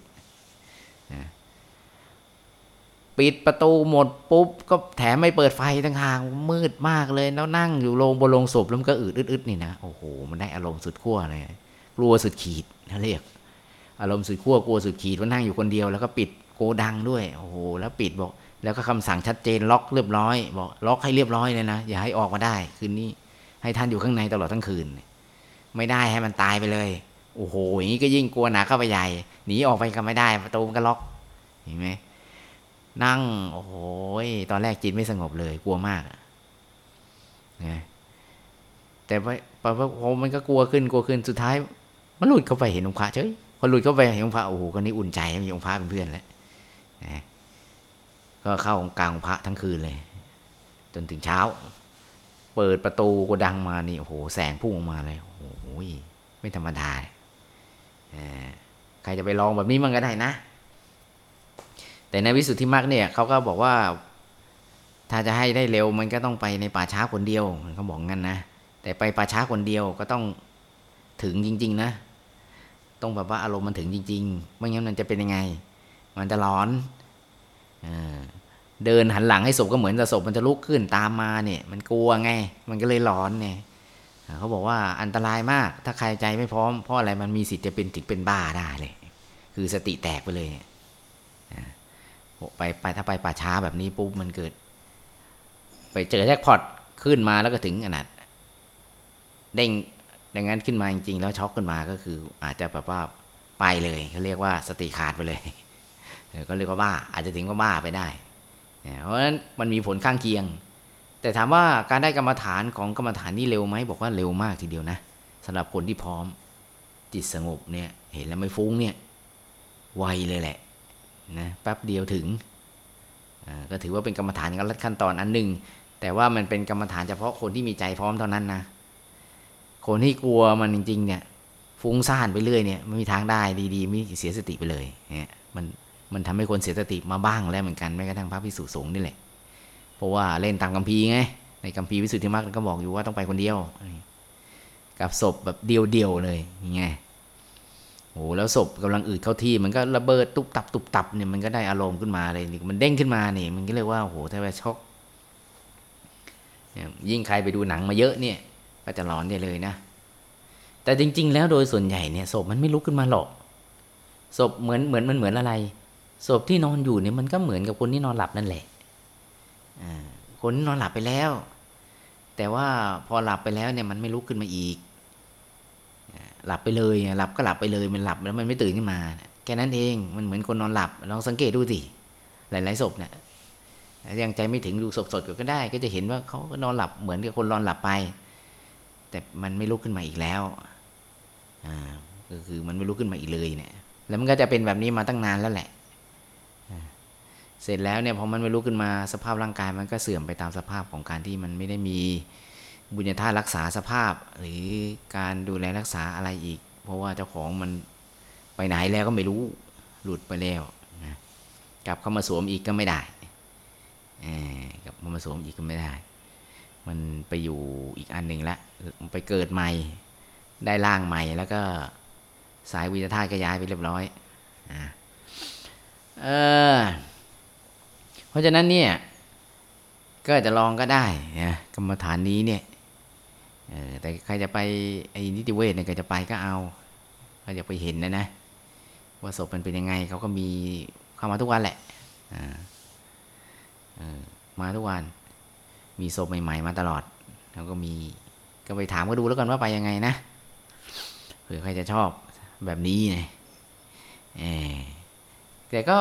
ๆปิดประตูหมดปุ๊บก็แถมไม่เปิดไฟทั้งทางมืดมากเลยแล้วนั่งอยู่โรงบนโรงศพแล้วมันก็อืดอึดๆนี่นะโอ้โหมันได้อารมณ์สุดขั้วเลยกลัวสุดขีดเขาเรียกอารมณ์สุดขั้วกลัวสุดขีดว่านั่งอยู่คนเดียวแล้วก็ปิดโกดังด้วยโอ้โหแล้วปิดบอกแล้วก็คำสั่งชัดเจนล็อกเรียบร้อยบอกล็อกให้เรียบร้อยเลยนะอย่าให้ออกมาได้คืนนี้ให้ท่านอยู่ข้างในตลอดทั้งคืนไม่ได้ให้มันตายไปเลยโอ้โหอย่างนี้ก็ยิ่งกลัวหนักเข้าไปใหญ่หนีออกไปก็ไม่ได้ประตูมันก็ล็อกเห็นไหมนั่งโอ้โหตอนแรกจิตไม่สงบเลยกลัวมากนะแต่พอพอมันก็กลัวขึ้นกลัวขึ้นสุดท้ายมันหลุดเข้าไปเห็นองค์พระเฉยพอหลุดเข้าไปเห็นองค์พระโอ้โหคนนี้อุ่นใจมีองค์พระเป็นเพื่อนแล้วนะก็เข้ากลางองค์พระทั้งคืนเลยจนถึงเช้าเปิดประตูโกดังมานี่โอ้โหแสงพุ่งออกมาเลยโอ้โหไม่ธรรมดาใครจะไปลองแบบนี้มันก็ได้นะแต่ในวิสุทธิมรรคเนี่ยเขาก็บอกว่าถ้าจะให้ได้เร็วมันก็ต้องไปในป่าช้าคนเดียวเขาบอกงั้นนะแต่ไปป่าช้าคนเดียวก็ต้องถึงจริงๆนะต้องแบบว่าอารมณ์มันถึงจริงๆไม่งั้นมันจะเป็นยังไงมันจะร้อนเดินหันหลังให้ศพก็เหมือนแต่ศพมันจะลุกขึ้นตามมาเนี่ยมันกลัวไงมันก็เลยร้อนเนี่ยเขาบอกว่าอันตรายมากถ้าใครใจไม่พร้อมเพราะอะไรมันมีสิทธิ์จะเป็นถึงเป็นบ้าได้เลยคือสติแตกไปเลยไปไปถ้าไปป่าช้าแบบนี้ปุ๊บมันเกิดไปเจอแจ็คพอตขึ้นมาแล้วก็ถึงขนาดเด้งดังนั้นขึ้นมาจริงๆแล้วช็อกขึ้นมาก็คืออาจจะแบบว่าไปเลยเขาเรียกว่าสติขาดไปเลยก็เรียกว่าบ้าอาจจะถึงว่าบ้าไปได้เพราะฉะนั้นมันมีผลข้างเคียงแต่ถามว่าการได้กรรมฐานของกรรมฐานนี่เร็วไหมบอกว่าเร็วมากทีเดียวนะสำหรับคนที่พร้อมจิตสงบเนี่ยเห็นแล้วไม่ฟุ้งเนี่ยไวเลยแหละนะแป๊บเดียวถึงก็ถือว่าเป็นกรรมฐานขั้นตอนอันหนึ่งแต่ว่ามันเป็นกรรมฐานเฉพาะคนที่มีใจพร้อมเท่านั้นนะคนที่กลัวมันจริงๆเนี่ยฟุ้งซ่านไปเรื่อยเนี่ยไม่มีทางได้ดีๆไม่เสียสติไปเลยเนี่ยมันมันทำให้คนเสียสติมาบ้างแล้วเหมือนกันแม้กระทั่งพระภิกษุสงฆ์นี่แหละเพราะว่าเล่นตามคัมภีร์ไงในคัมภีร์วิสุทธิมรรคก็บอกอยู่ว่าต้องไปคนเดียวกับศพแบบเดียวๆเลยยังไงโอ้แล้วศพกำลังอืดเข้าที่มันก็ระเบิดตุบตับตุบตับเนี่ยมันก็ได้อารมณ์ขึ้นมาเลยมันเด้งขึ้นมาเนี่ยมันก็เรียกว่าโอ้โหถ้าไปช็อกยิ่งใครไปดูหนังมาเยอะเนี่ยก็จะร้อนได้เลยนะแต่จริงๆแล้วโดยส่วนใหญ่เนี่ยศพมันไม่ลุกขึ้นมาหรอกศพเหมือนเหมือนมันเหมือนอะไรศพที่นอนอยู่เนี่ยมันก็เหมือนกับคนที่นอนหลับนั่นแหละคนที่นอนหลับไปแล้วแต่ว่าพอหลับไปแล้วเนี่ยมันไม่ลุกขึ้นมาอีกหลับไปเลยหลับก็หลับไปเลยมันหลับแล้วมันไม่ตื่นขึ้นมาแกค่นั้นเองมันเหมือนคนนอนหลับลองสังเกตดูสิหลายๆศพเนี่ยยังใจไม่ถึงดูศพสดก็ได้ก็จะเห็นว่าเขาก็นอนหลับเหมือนกับคนนอนหลับไปแต่มันไม่ลุกขึ้นมาอีกแล้วอ่าก็คือมันไม่ลุกขึ้นมาอีกเลยเนี่ยแล้วมันก็จะเป็นแบบนี้มาตั้งนานแล้วแหละเสร็จแล้วเนี่ยพอมันไม่ลุกขึ้นมาสภาพร่างกายมันก็เสื่อมไปตามสภาพของการที่มันไม่ได้มีบุญญาธาตุรักษาสภาพหรือการดูแลรักษาอะไรอีกเพราะว่าเจ้าของมันไปไหนแล้วก็ไม่รู้หลุดไปแล้วนะกลับเข้ามาสวมอีกก็ไม่ได้กลับมาสวมอีกก็ไม่ได้มันไปอยู่อีกอันหนึ่งละไปเกิดใหม่ได้ร่างใหม่แล้วก็สายวิญญาณธาตุก็ย้ายไปเรียบร้อยอ่าเออเพราะฉะนั้นเนี่ยก็จะลองก็ได้นะกรรมฐานนี้เนี่ยเออแต่ใครจะไปไอ้นิติเวชเนี่ยใครจะไปก็เอาใครจะไปเห็นนะนะว่าศพมันเป็นยังไงเขาก็มีเข้ามาทุกวันแหละอ่าเออมาทุกวันมีศพใหม่ๆมาตลอดแล้วก็มีก็ไปถามก็ดูแล้วกันว่าไปยังไงนะเผื่อใครจะชอบแบบนี้ไงเออแต่ก็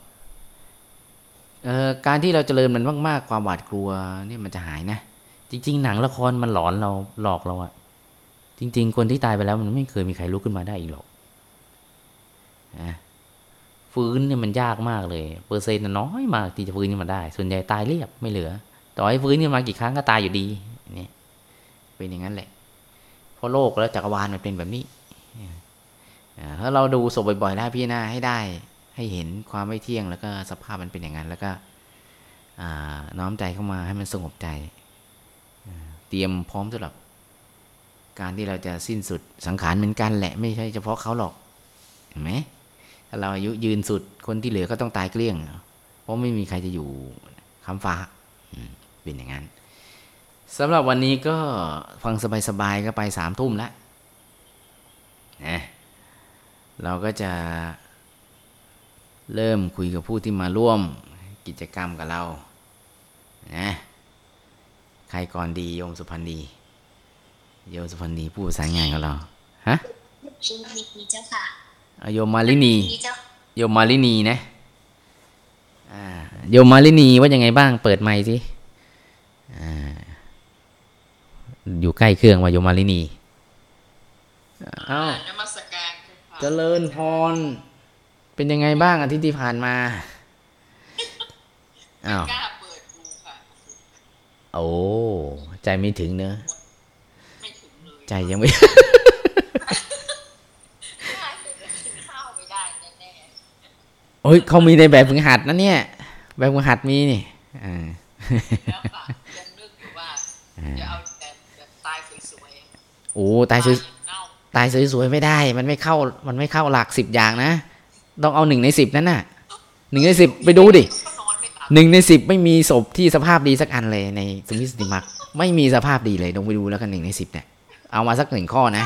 เอ่อการที่เราเจริญมันมากๆความหวาดกลัวเนี่ยมันจะหายนะจริงๆหนังละครมันหลอนเราหลอกเราอะจริงๆคนที่ตายไปแล้วมันไม่เคยมีใครลุกขึ้นมาได้อีกหรอกนะฟื้นเนี่ยมันยากมากเลยเปอร์เซ็นต์น้อยมากที่จะฟื้นขึ้นมาได้ส่วนใหญ่ตายเรียบไม่เหลือต่อให้ฟื้นขึ้นมากี่ครั้งก็ตายอยู่ดีนี่เป็นอย่างนั้นแหละเพราะโลกและจักรวาลมันเป็นแบบนี้ถ้าเราดูศพบ่อยๆแล้วพี่หน้าให้ได้ให้เห็นความไม่เที่ยงแล้วก็สภาพมันเป็นอย่างนั้นแล้วก็น้อมใจเข้ามาให้มันสงบใจเตรียมพร้อมสำหรับการที่เราจะสิ้นสุดสังขารเหมือนกันแหละไม่ใช่เฉพาะเขาหรอกเห็นไหมถ้าเราอายุยืนสุดคนที่เหลือก็ต้องตายเกลี้ยงเพราะไม่มีใครจะอยู่ค้ำฟ้าเป็นอย่างนั้นสำหรับวันนี้ก็ฟังสบายๆก็ไปสามทุ่มแล้วนะเราก็จะเริ่มคุยกับผู้ที่มาร่วมกิจกรรมกับเรานะใครก่อนดีโยมสุพรรณีโยมสุพรณีผู้ประสานงานกับเราฮะเจ้าค่ะโยมมาลินีโยมมาลินีนะโยมมาลินีว่ายังไงบ้างเปิดไมค์สิอยู่ใกล้เครื่องว่าโยมมาลินีอ้าวนมัสการเจริญพรเป็นยังไงบ้างอาทิตย์ที่ผ่านมาอ้าวกล้าเปิดดูค่ะโอ้ใจไม่ถึงเนอะไม่ถึงเลยใจยังไม่โอ้ยเขามีในแบบฝึกหัดนะเนี่ยแบบฝึกหัดมีนี่อ่าแล้วก็ยังนึกอยู่ว่าจะเอาแต่ตายสวยๆโอ้ตายสวยตายสวยๆไม่ได้มันไม่เข้ามันไม่เข้าหลักสิบอย่างนะต้องเอาหนึ่งในสิบนั่นน่ะหนึ่งในสิบไปดูดิหนึ่งในสิบไม่มีศพที่สภาพดีสักอันเลยในสมิสติมักไม่มีสภาพดีเลยลองไปดูแล้วกันหนึ่งในสิบเนี่ยเอามาสักหนึ่งข้อนะ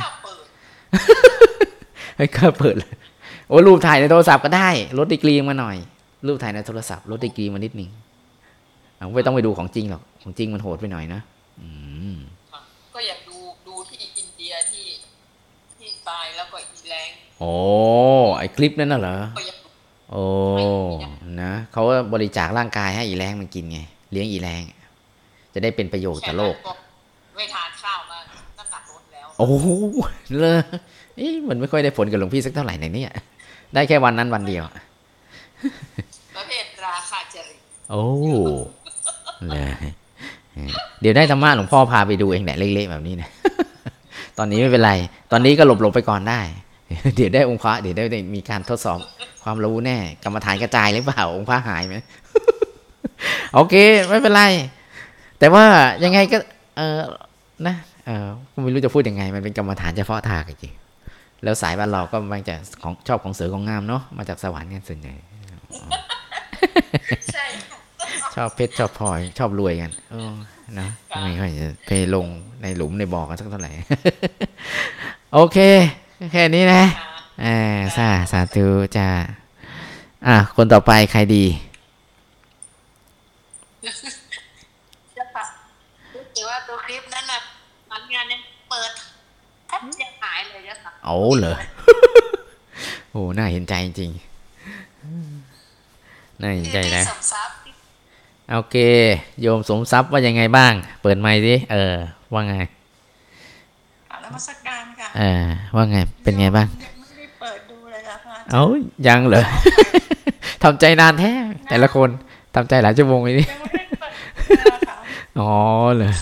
ให้ข้าเปิดเลยโอ้รูปถ่ายในโทรศัพท์ก็ได้ลดดีกรีมาหน่อยรูปถ่ายในโทรศัพท์ลดดีกรีมานิดนึงไม่ต้องไปดูของจริงหรอกของจริงมันโหดไปหน่อยนะก็อยากดูดูที่อินเดียที่ที่ตายแล้วก็อีแรงโอ้ไอคลิปนั้นน่ะเหรอโอ้นะเขาบริจาคร่างกายให้อีแรงมันกินไงเลี้ยงอีแรงจะได้เป็นประโยชน์ต่อโลกไม่ทานข้าวมาน้ำหนักลดแล้วโอ้เลยนี่มันไม่ค่อยได้ผลกับหลวงพี่สักเท่าไหร่ในนี้ได้แค่วันนั้นวันเดียวประเภทราคาจริตโอ้เลยเดี๋ยวได้ธรรมะหลวงพ่อพาไปดูเองแหละเละๆแบบนี้นะตอนนี้ไม่เป็นไรตอนนี้ก็หลบๆไปก่อนได้เดี๋ยวได้องค์พระเดี๋ยวได้มีการทดสอบความรู้แน่กรรมฐานกระจายหรือเปล่าองค์พระหายไหมโอเคไม่เป็นไรแต่ว่ายังไงก็เออนะเออไม่รู้จะพูดยังไงมันเป็นกรรมฐานเฉพาะทางจริงแล้วสายบ้านเราก็มักจะของชอบของเสือของงามเนาะมาจากสวรรค์กันส่วนใหญ่ใช่ชอบเพชรชอบพลอยชอบรวยกันเออนะไม่ค่อยจะเพลงในหลุมในบ่อกันสักเท่าไหร่โอเคแค่นี้นะอ่าสาสาธุจ้าอ่ะคนต่อไปใครดีแต่ว่าตัวคลิปนั้นน่ะมันงานยังเปิดแทบจะหายเลยจ้ะค่ะเอาเลยโอ้น่าเห็นใจจริงน่าเห็นใจนะโอเคโยมสมทรัพย์ว่ายังไงบ้างเปิดไมค์ดิเออว่าไงนมัสการค่ะเออว่าไงเป็นไงบ้างยังไม่ได้เปิดดูเลยค่ะพระอาจารย์เอ้ายังเหรอทำใจนานแท้แต่ละคนทำใจหลายชั่วโมงเลยดิยังไม่ได้เปิดเลยค่ะอ๋อเหรอ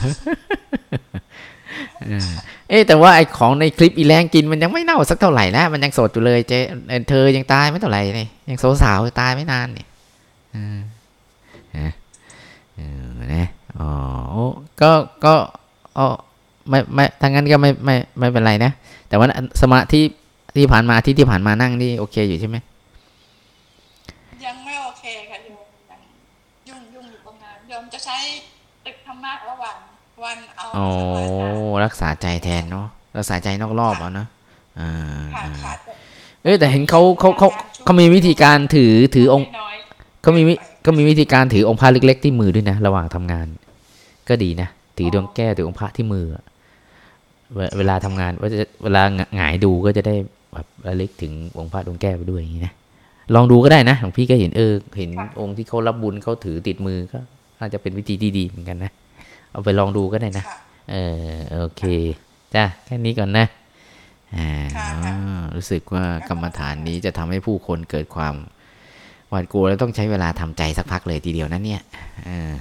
เอ๊แต่ว่าไอของในคลิปอีแรงกินมันยังไม่เน่าสักเท่าไหร่นะมันยังสดอยู่เลยเจ๊เธอยังตายไม่เท่าไหร่นี่ยังสาวๆตายไม่นานนี่อืมเออนะอ๋อก็ก็อ๋อไม่ไม่ทางนั้นก็ไม่ไม่ไม่เป็นไรนะแต่ว่าสมาธิที่ผ่านมาที่ที่ผ่านมานั่งนี่โอเคอยู่ใช่ไหมยังไม่โอเคค่ะโยมยังยุ่งยุ่งอยู่ประมาณโยมจะใช้ตึกธรรมะระหว่างวันเอาโอ้รักษาใจแทนเนาะรักษาใจนอกรอบเอาเนาะอ่าเอ้แต่เห็นเขาเขาเขาเขามีวิธีการถือถือองค์เขามีก็มีวิธีการถือองค์พระเล็กๆที่มือด้วยนะระหว่างทำงานก็ดีนะถือดวงแก้วถือองค์พระที่มือเวลาทำงานว่าจะเวลาหงายดูก็จะได้แบบระลึกถึงองค์พระดวงแก้วไปด้วยอย่างนี้นะลองดูก็ได้นะหลวงพี่ก็เห็นเออเห็นองค์ที่เขารับบุญเขาถือติดมือก็น่าจะเป็นวิธีที่ดีเหมือนกันนะเอาไปลองดูก็ได้นะเออโอเคจ้ะแค่นี้ก่อนนะอ่ารู้สึกว่ากรรมฐานนี้จะทำให้ผู้คนเกิดความหวาดกลัวแล้วต้องใช้เวลาทำใจสักพักเลยทีเดียวนะเนี่ยเออ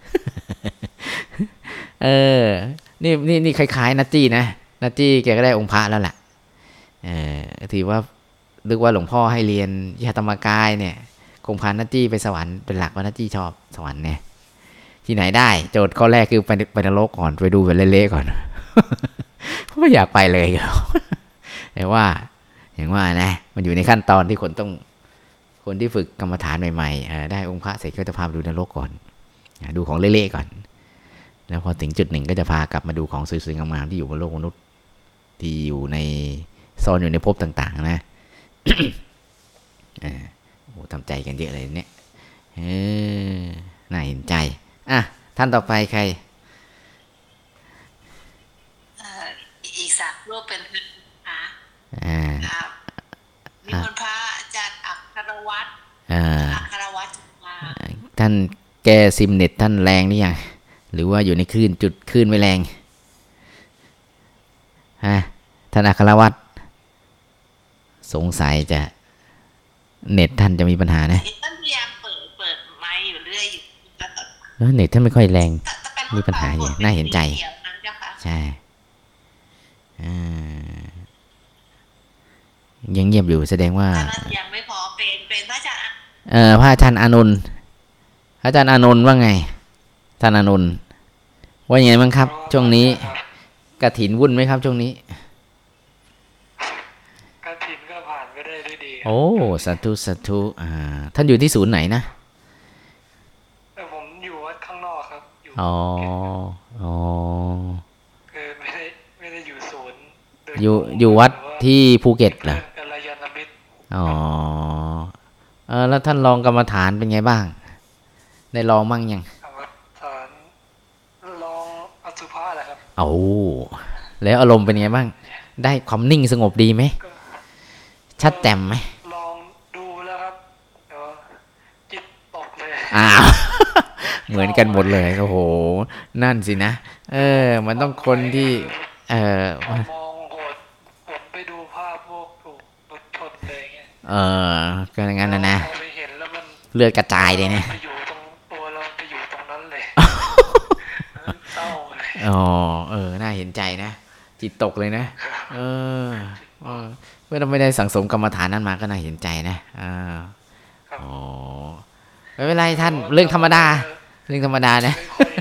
เออนี่นี่นี่คล้ายๆนัตตี้นะนัตตี้แกก็ได้องค์พระแล้วแหละเออถือว่านึกว่าหลวงพ่อให้เรียนยาธรรมกายเนี่ยคงพานัตตี้ไปสวรรค์เป็นหลักว่านัตตี้ชอบสวรรค์เนี่ยที่ไหนได้โจทย์ข้อแรกคือไปไปนรกก่อนไปดูแบบเละๆก่อนไม่อยากไปเลยแต่ว่าอย่างว่านะมันอยู่ในขั้นตอนที่คนต้องคนที่ฝึกกรรมฐานใหม่ๆได้องค์พระเสร็จก็จะพาไปดูนรกก่อนดูของเละๆก่อนแล้วพอถึงจุดหนึ่งก็จะพากลับมาดูของสวยๆงามๆที่อยู่บนโลกมนุษย์ที่อยู่ในซ่อนอยู่ในภพต่างๆนะโอ้ทำใจกันเยอะเลยเนี่ยเออน่าเห็นใจอ่ะท่านต่อไปใครอีกสักรูปเป็นพระอ่ามีคนพระอาจารย์อัครวัตรอัครวัตรท่านแกซิมเน็ตท่านแรงนี่ยังหรือว่าอยู่ในคลื่นจุดคลื่นไม่แรงฮะท่านอัครวัตรสงสัยจะเน็ตท่านจะมีปัญหานะท่านพยายามเปิดเปิดไมค์อยู่เรื่อยอยู่แล้วเน็ตท่านไม่ค่อยแรงมีปัญหาอยู่น่าเห็นใจใช่ยังเงียบอยู่แสดงว่ายังไม่พอเป็นเป็นพระอาจารย์เอ่อพระอาจารย์อานนท์พระอาจารย์อานนท์ว่าไงท่านอานนท์ว่ายังไงบ้างครับช่วงนี้กฐินวุ่นไหมครับช่วงนี้กฐินก็ผ่านไปได้ด้วยดีโอ้สาธุสาธุอ่าท่านอยู่ที่ศูนย์ไหนนะผมอยู่วัดข้างนอกครับอ๋ออ๋อคือไม่ได้ไม่ได้อยู่ศูนย์อยู่อยู่วัดที่ภูเก็ตเหรออ๋อเออแล้วท่านลองกรรมฐานเป็นไงบ้างได้ลองมั่งยังกรรมฐานลองอสุภะแหละครับโอ้แล้วอารมณ์เป็นไงบ้างได้ความนิ่งสงบดีไหมชัดแจ่มไหมลองดูแล้วครับเดี๋ยวจิตตกเลยอ้าวเหมือนกันหมดเลยโอ้โหนั่นสินะเออมันต้องคนที่เออมองโหดผมไปดูภาพพวกถูกรถชนเลยเงี้ยเออก็อย่างนั้นนะนะเลือดกระจายเลยเนี่ยไปอยู่ตรงตัวเราไปอยู่ตรงนั้นเลยเศร้าเลยอ๋อเออน่าเห็นใจนะจิตตกเลยนะเออเมื่อเราไม่ได้สังสมกรรมฐานนั้นมาก็น่าเห็นใจนะอ่าอ๋อไม่เป็นไรท่านเรื่องธรรมดาเรื่องธรรมดานะ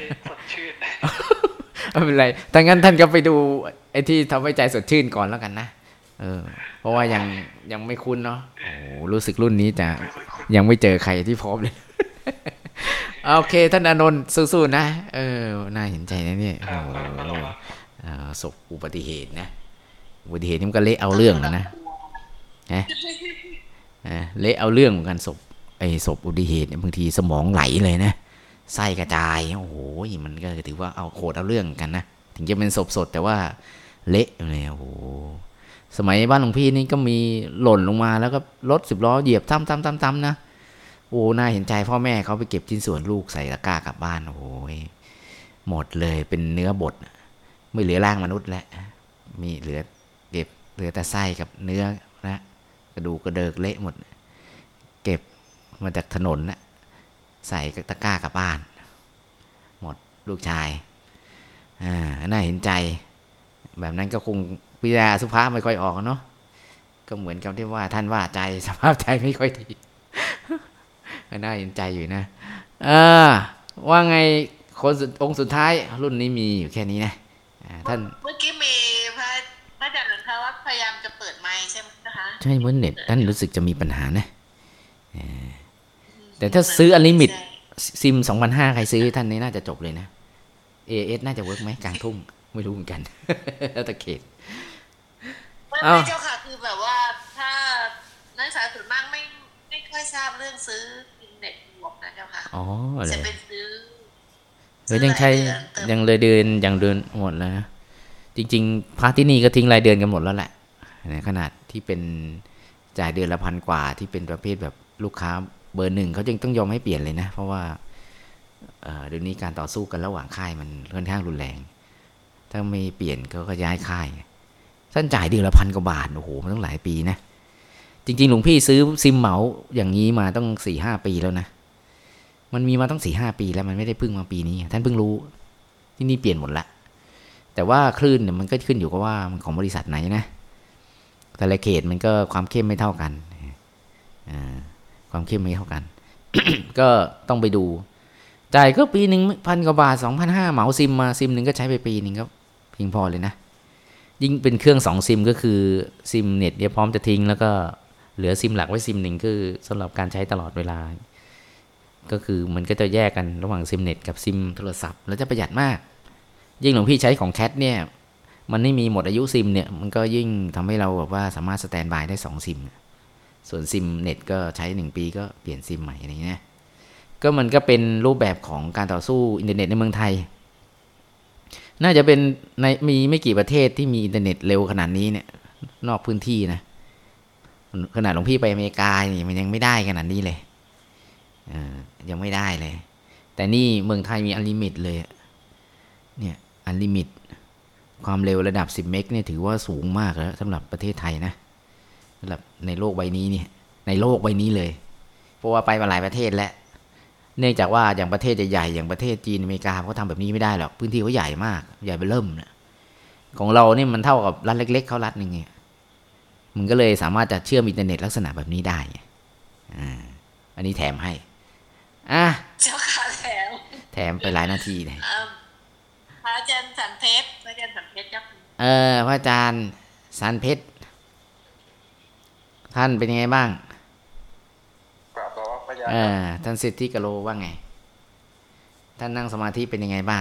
ไม่เป็นไรถ้างั้นท่านก็ไปดูไอ้ที่ทำให้ใจสดชื่นก่อนแล้วกันนะเออเพราะว่ายังยังไม่คุ้นเนาะโอ้รู้สึกรุ่นนี้จะยังไม่เจอใครที่พร้อมเลยโอเคท่านอานนท์สู้ๆนะเออน่าเห็นใจนะเนี่ยโอ้ศพอุบัติเหตุนะอุบัติเหตุนี่มันก็เละเอาเรื่องนะนะเละเอาเรื่องเหมือนกันศพไอ้ศพอุบัติเหตุเนี่ยบางทีสมองไหลเลยนะไส้กระจายโอ้โหมันก็ถือว่าเอาโคตรเอาเรื่องกันนะถึงจะเป็นศพสดแต่ว่าเละเลยโอ้โหสมัยบ้านหลวงพี่นี่ก็มีหล่นลงมาแล้วก็รถสิบล้อเหยียบซ้ำๆๆๆนะโอ้น่าเห็นใจพ่อแม่เขาไปเก็บชิ้นส่วนลูกใส่ตะกร้ากลับบ้านโอ้ยหมดเลยเป็นเนื้อบดไม่เหลือร่างมนุษย์แล้วมีเหลือเก็บเหลือแต่ไส้กับเนื้อนะกระดูกกระเดิกเละหมดเก็บมาจากถนนนะใส่ตะกร้ากลับบ้านหมดลูกชายอ่าน่าเห็นใจแบบนั้นก็คงปิยาสุภาพไม่ค่อยออกเนาะก็เหมือนกับที่ว่าท่านว่าใจสภาพใจไม่ค่อยดีน่าเห็นใจอยู่นะเออว่าไงคนองค์สุดท้ายรุ่นนี้มีอยู่แค่นี้นะท่านเมื่อกี้มีพระพระอาจารย์หลวงพ่อว่าพยายามจะเปิดไมค์ใช่ไหมนะคะใช่เมื่อเน็ตท่านรู้สึกจะมีปัญหานะแต่ถ้าซื้ออลิมิตซิมสองพันห้าใครซื้อท่านนี้น่าจะจบเลยนะเอเอสน่าจะเวิร์กไหมกลางทุ่งไม่รู้เหมือนกันแล้วแต่เขตไม่เจ้าค่ะคือแบบว่าถ้านักศึกษาส่วนมากไม่ไม่ค่อยทราบเรื่องซื้ออินเน็ตบวกนะเจ้าค่ะอ๋อจะเป็นซื้อเออยังใช้ยังเลยเดือนยังเดือนหมดแล้วนะจริงๆพาร์ทที่นี่ก็ทิ้งรายเดือนกันหมดแล้วแหละในขนาดที่เป็นจ่ายเดือนละพันกว่าที่เป็นประเภทแบบลูกค้าเบอร์หนึ่งเขาจึงต้องยอมให้เปลี่ยนเลยนะเพราะว่าเดี๋ยวนี้การต่อสู้กันระหว่างค่ายมันค่อนข้างรุนแรงถ้าไม่เปลี่ยนเขาก็ย้ายค่ายท่านจ่ายเดือนละพันกว่าบาทโอ้โหมันต้องหลายปีนะจริงๆหลวงพี่ซื้อซิมเหมาอย่างนี้มาต้องสี่ห้าปีแล้วนะมันมีมาต้องสี่ห้าปีแล้วมันไม่ได้เพิ่งมาปีนี้ท่านเพิ่งรู้ที่นี่เปลี่ยนหมดละแต่ว่าคลื่นเนี่ยมันก็ขึ้นอยู่กับว่ามันของบริษัทไหนนะแต่ละเขตมันก็ความเข้มไม่เท่ากันความเข้มไม่เท่ากัน ก็ต้องไปดูจ่ายก็ปีหนึ่งพันกว่าบาทสองพันห้าเหมาซิมมาซิมหนึ่งก็ใช้ไปปีหนึ่งก็เพียงพอเลยนะยิ่งเป็นเครื่องสองซิมก็คือซิมเน็ตเนี่ยพร้อมจะทิ้งแล้วก็เหลือซิมหลักไว้ซิมหนึ่งคือสำหรับการใช้ตลอดเวลาก็คือมันก็จะแยกกันระหว่างซิมเน็ตกับซิมโทรศัพท์แล้วจะประหยัดมากยิ่งหลวงพี่ใช้ของแคทเนี่ยมันไม่มีหมดอายุซิมเนี่ยมันก็ยิ่งทำให้เราแบบว่าสามารถสแตนบายได้สองซิมส่วนซิมเน็ตก็ใช้หนึ่งปีก็เปลี่ยนซิมใหม่อะไรอย่างเงี้ยก็มันก็เป็นรูปแบบของการต่อสู้อินเทอร์เน็ตในเมืองไทยน่าจะเป็นในมีไม่กี่ประเทศที่มีอินเทอร์เน็ตเร็วขนาดนี้เนี่ยนอกพื้นที่นะขนาดหลวงพี่ไปอเมริกานี่มันยังไม่ได้ขนาดนี้เลยยังไม่ได้เลยแต่นี่เมืองไทยมีอันลิมิตเลยเนี่ยอันลิมิตความเร็วระดับสิบเมกเนี่ยถือว่าสูงมากแล้วสำหรับประเทศไทยนะสำหรับในโลกใบนี้เนี่ยในโลกใบนี้เลยเพราะว่าไปมาหลายประเทศแล้วเนื่องจากว่าอย่างประเทศใหญ่ๆอย่างประเทศจีนอเมริกาเขาทำแบบนี้ไม่ได้หรอกพื้นที่เขาใหญ่มากใหญ่เบ้อเริ่มนะของเราเนี่ยมันเท่ากับรัฐเล็กๆเขารัฐนึงไงมันก็เลยสามารถจะเชื่อมอินเทอร์เน็ตลักษณะแบบนี้ได้อ่าอันนี้แถมให้อ่ะเจ้าค่ะแถมแถมไปหลายนาทีเลยพระอาจารย์สันเพชรพระอาจารย์สันเพชรครับเออพระอาจารย์สันเพชรท่านเป็นยังไงบ้างเออท่านสิทธิกะโลว่าไงท่านนั่งสมาธิเป็นยังไงบ้าง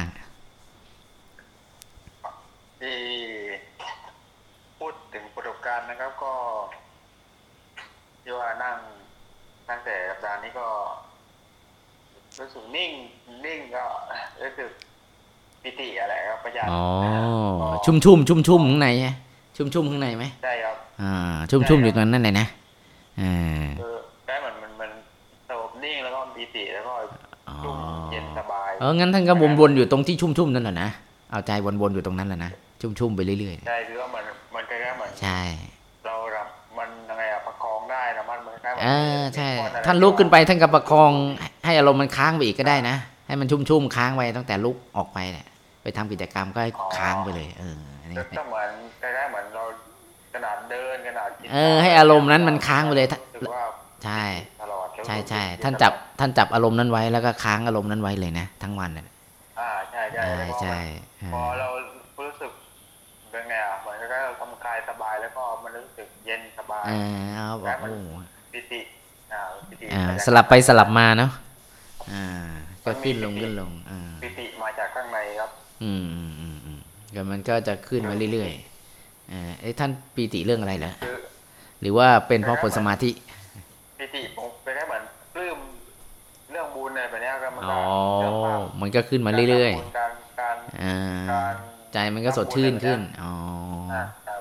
ที่พูดถึงประสบการณ์นะครับก็ที่ว่านั่งตั้งแต่สัปดาห์นี้ก็รู้สึกนิ่งนิ่งก็รู้สึกปิติอะไรครับประหยัดอ๋อชุ่มชุ่มชุ่มชุ่มข้างในไงชุ่มชุ่มข้างในไหมใช่ครับอ่าชุ่มชุ่มอยู่ตรงนั้นเลยนะอ่าแค่เหมือนมันมันสงบนิ่งแล้วก็ปิติแล้วก็ชุ่มเย็นสบายเอองั้นท่านก็วนๆอยู่ตรงที่ชุ่มชุ่มนั่นแหละนะเอาใจวนๆอยู่ตรงนั้นแหละนะชุ่มชุ่มไปเรื่อยๆใช่คือว่ามันมันคล้ายๆเหมือนใช่เราแบบมันยังไงอะประคองได้นะมันมันคล้ายๆเออใช่ท่านลุกขึ้นไปท่านก็ประคองให้อารมณ์มันค้างไปอีกก็ได้นะให้มันชุ่มชุ่มค้างไว้ตั้งแต่ลุกออกไปเนี่ยไปทำกิจกรรมก็ให้ค้างไปเลยเอออันนี้ก็เหมือนคล้ายๆเหมือนเราขนาดเดินขนาดเออให้อารมณ์นั้นมันค้างไปเลยใช่ใช่ใช่ท่านจับท่านจับอารมณ์นั้นไว้แล้วก็ค้างอารมณ์นั้นไว้เลยนะทั้งวันน่ะอ่าใช่ใช่ใช่พอเรารู้สึกเป็นไงอ่ะเหมือนกับเราทำกายสบายแล้วก็มันรู้สึกเย็นสบายเออเอาบอกโอ้ปิติอ่าปิติอ่าสลับไปสลับมาเนาะอ่าก็ขึ้นลงขึ้นลงอ่าปิติมาจากข้างในครับอืมอืมอืมอืมก็มันก็จะขึ้นมาเรื่อยๆอ่าไอ้ท่านปิติเรื่องอะไรเหรอหรือว่าเป็นเพราะผลสมาธิปิติผมเป็นแค่เหมือนปลื้มเรื่องบุญอะไรแบบนี้ครับมันก็อ๋อมันก็ขึ้นมาเรื่อยๆการการใจมันก็สดชื่นขึ้นอ๋อบาง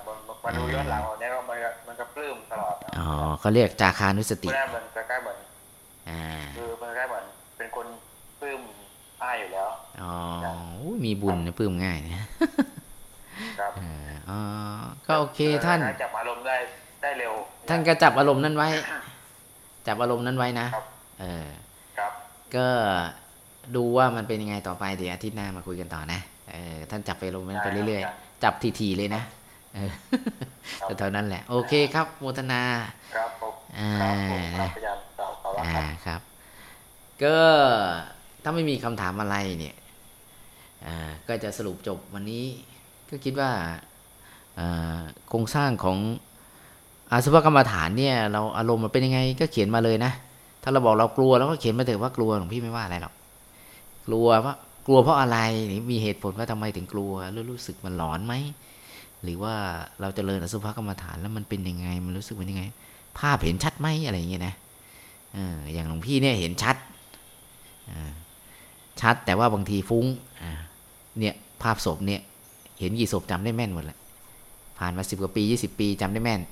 มาดูย้อนหลังเนี่ยก็มันก็มันก็ปลื้มตลอดนะอ๋อเขาเรียกจาคานุสติเมื่อมันใกล้ๆเหมือนอ่าคือมันใกล้เหมือนเป็นคนปลื้มอ้ายอยู่แล้วอ๋ออุ๊ยมีบุญนะปลื้มง่ายนะครับ อ่าอ๋อก็โอเคท่านจับอารมณ์ได้ได้เร็วท่านก็จับอารมณ์นั้นไว้ จับอารมณ์นั้นไว้นะครับ เออครับก็ดูว่ามันเป็นยังไงต่อไปเดี๋ยวอาทิตย์หน้ามาคุยกันต่อนะเออท่านจับไปลงมันไปเรื่อยๆจับทีๆเลยนะเออแต่เท่านั้นแหละโอเคครับโมทนาครับผมอ่าครับผมพยายามตอบเขาว่าอ่าครับครับ ก็ถ้าไม่มีคำถามอะไรเนี่ยอ่าก็จะสรุปจบวันนี้ก็คิดว่าอ่าโครงสร้างของอาสวะกรรมฐานเนี่ยเราอารมณ์มันเป็นยังไงก็เขียนมาเลยนะถ้าเราบอกเรากลัวเราก็เขียนมาเถอะว่ากลัวหลวงพี่ไม่ว่าอะไรหรอกกลัวว่ากลัวเพราะอะไรมีเหตุผลว่าทำไมถึงกลัวรู้รู้สึกมันหลอนไหมหรือว่าเราจเจริญอสุภกรรมฐานแล้วมันเป็นยังไงมันรู้สึกเป็นยังไงภาพเห็นชัดไหมอะไรอย่างเงี้ยนะเอออย่างหลวงพี่เนี่ยเห็นชัดชัดแต่ว่าบางทีฟุ้งเนี่ยภาพศพเนี่ยเห็นกี่ศพจำได้แม่นหมดเลยผ่านมาสิบกว่าปียี่สิบปีจำได้แม่น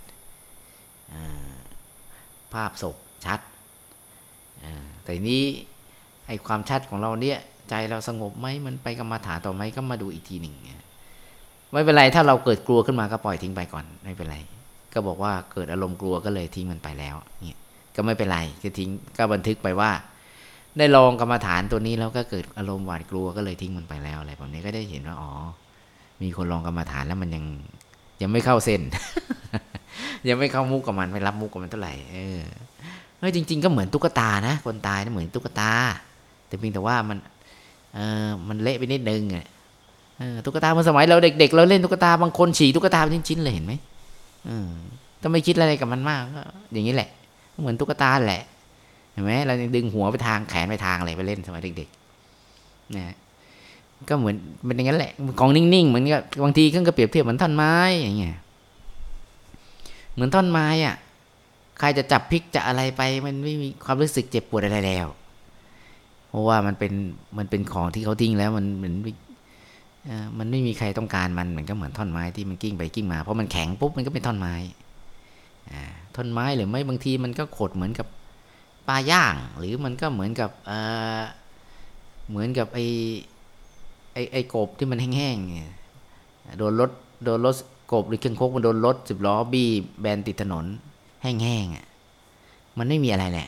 ภาพศพชัดแต่นี้ไอ้ความชัดของเราเนี่ยใจเราสงบไหมมันไปกรรมฐานต่อไหมก็มาดูอีกทีหนึ่งไม่เป็นไรถ้าเราเกิดกลัวขึ้นมาก็ปล่อยทิ้งไปก่อนไม่เป็นไรก็บอกว่าเกิดอารมณ์กลัวก็เลยทิ้งมันไปแล้วเนี่ยก็ไม่เป็นไรก็ทิ้งก็บันทึกไปว่าได้ลองกรรมฐานตัวนี้แล้วก็เกิดอารมณ์หวาดกลัวก็เลยทิ้งมันไปแล้วอะไรแบบนี้ก็ได้เห็นว่าอ๋อมีคนลองกรรมฐานแล้วมันยังยังไม่เข้าเส้น ยังไม่เข้ามุกกับมันไม่รับมุกกับมันเท่าไหร่เออเฮ้ยจริงๆก็เหมือนตุ๊กตานะคนตายนี่เหมือนตุ๊กตาแต่เพียงแต่ว่ามันเออมันเละไปนิดนึงอ่ะเออตุ๊กตาเมื่อสมัยเราเด็กๆเราเล่นตุ๊กตาบางคนฉี่ตุ๊กตาเป็นชิ้นๆเลยเห็นไหมเออต้องไม่คิดอะไรกับมันมากก็อย่างนี้แหละเหมือนตุ๊กตาแหละเห็นไหมเราดึงหัวไปทางแขนไปทางอะไรไปเล่นสมัยเด็กๆนะก็เหมือนเป็นอย่างนั้นแหละของนิ่งๆเหมือนกับบางทีก็เปรียบเทียบเหมือนท่อนไม้อย่างเงี้ยเหมือนท่อนไม้อ่ะใครจะจับพลิกจะอะไรไปมันไม่มีความรู้สึกเจ็บปวดอะไรแล้วเพราะว่ามันเป็นมันเป็นของที่เขาทิ้งแล้วมันเหมือนมันไม่มีใครต้องการมันเหมือนก็เหมือนท่อนไม้ที่มันกิ้งไปกิ้งมาเพราะมันแข็งปุ๊บมันก็เป็นท่อนไม้ท่อนไม้หรือไม่บางทีมันก็ขดเหมือนกับปลาย่างหรือมันก็เหมือนกับเหมือนกับไอไอไอกบที่มันแห้งๆโดนรถโดนรถกบหรือเครื่องคกมันโดนรถสิบล้อบี้แบนติดถนนแห้งๆอ่ะมันไม่มีอะไรแหละ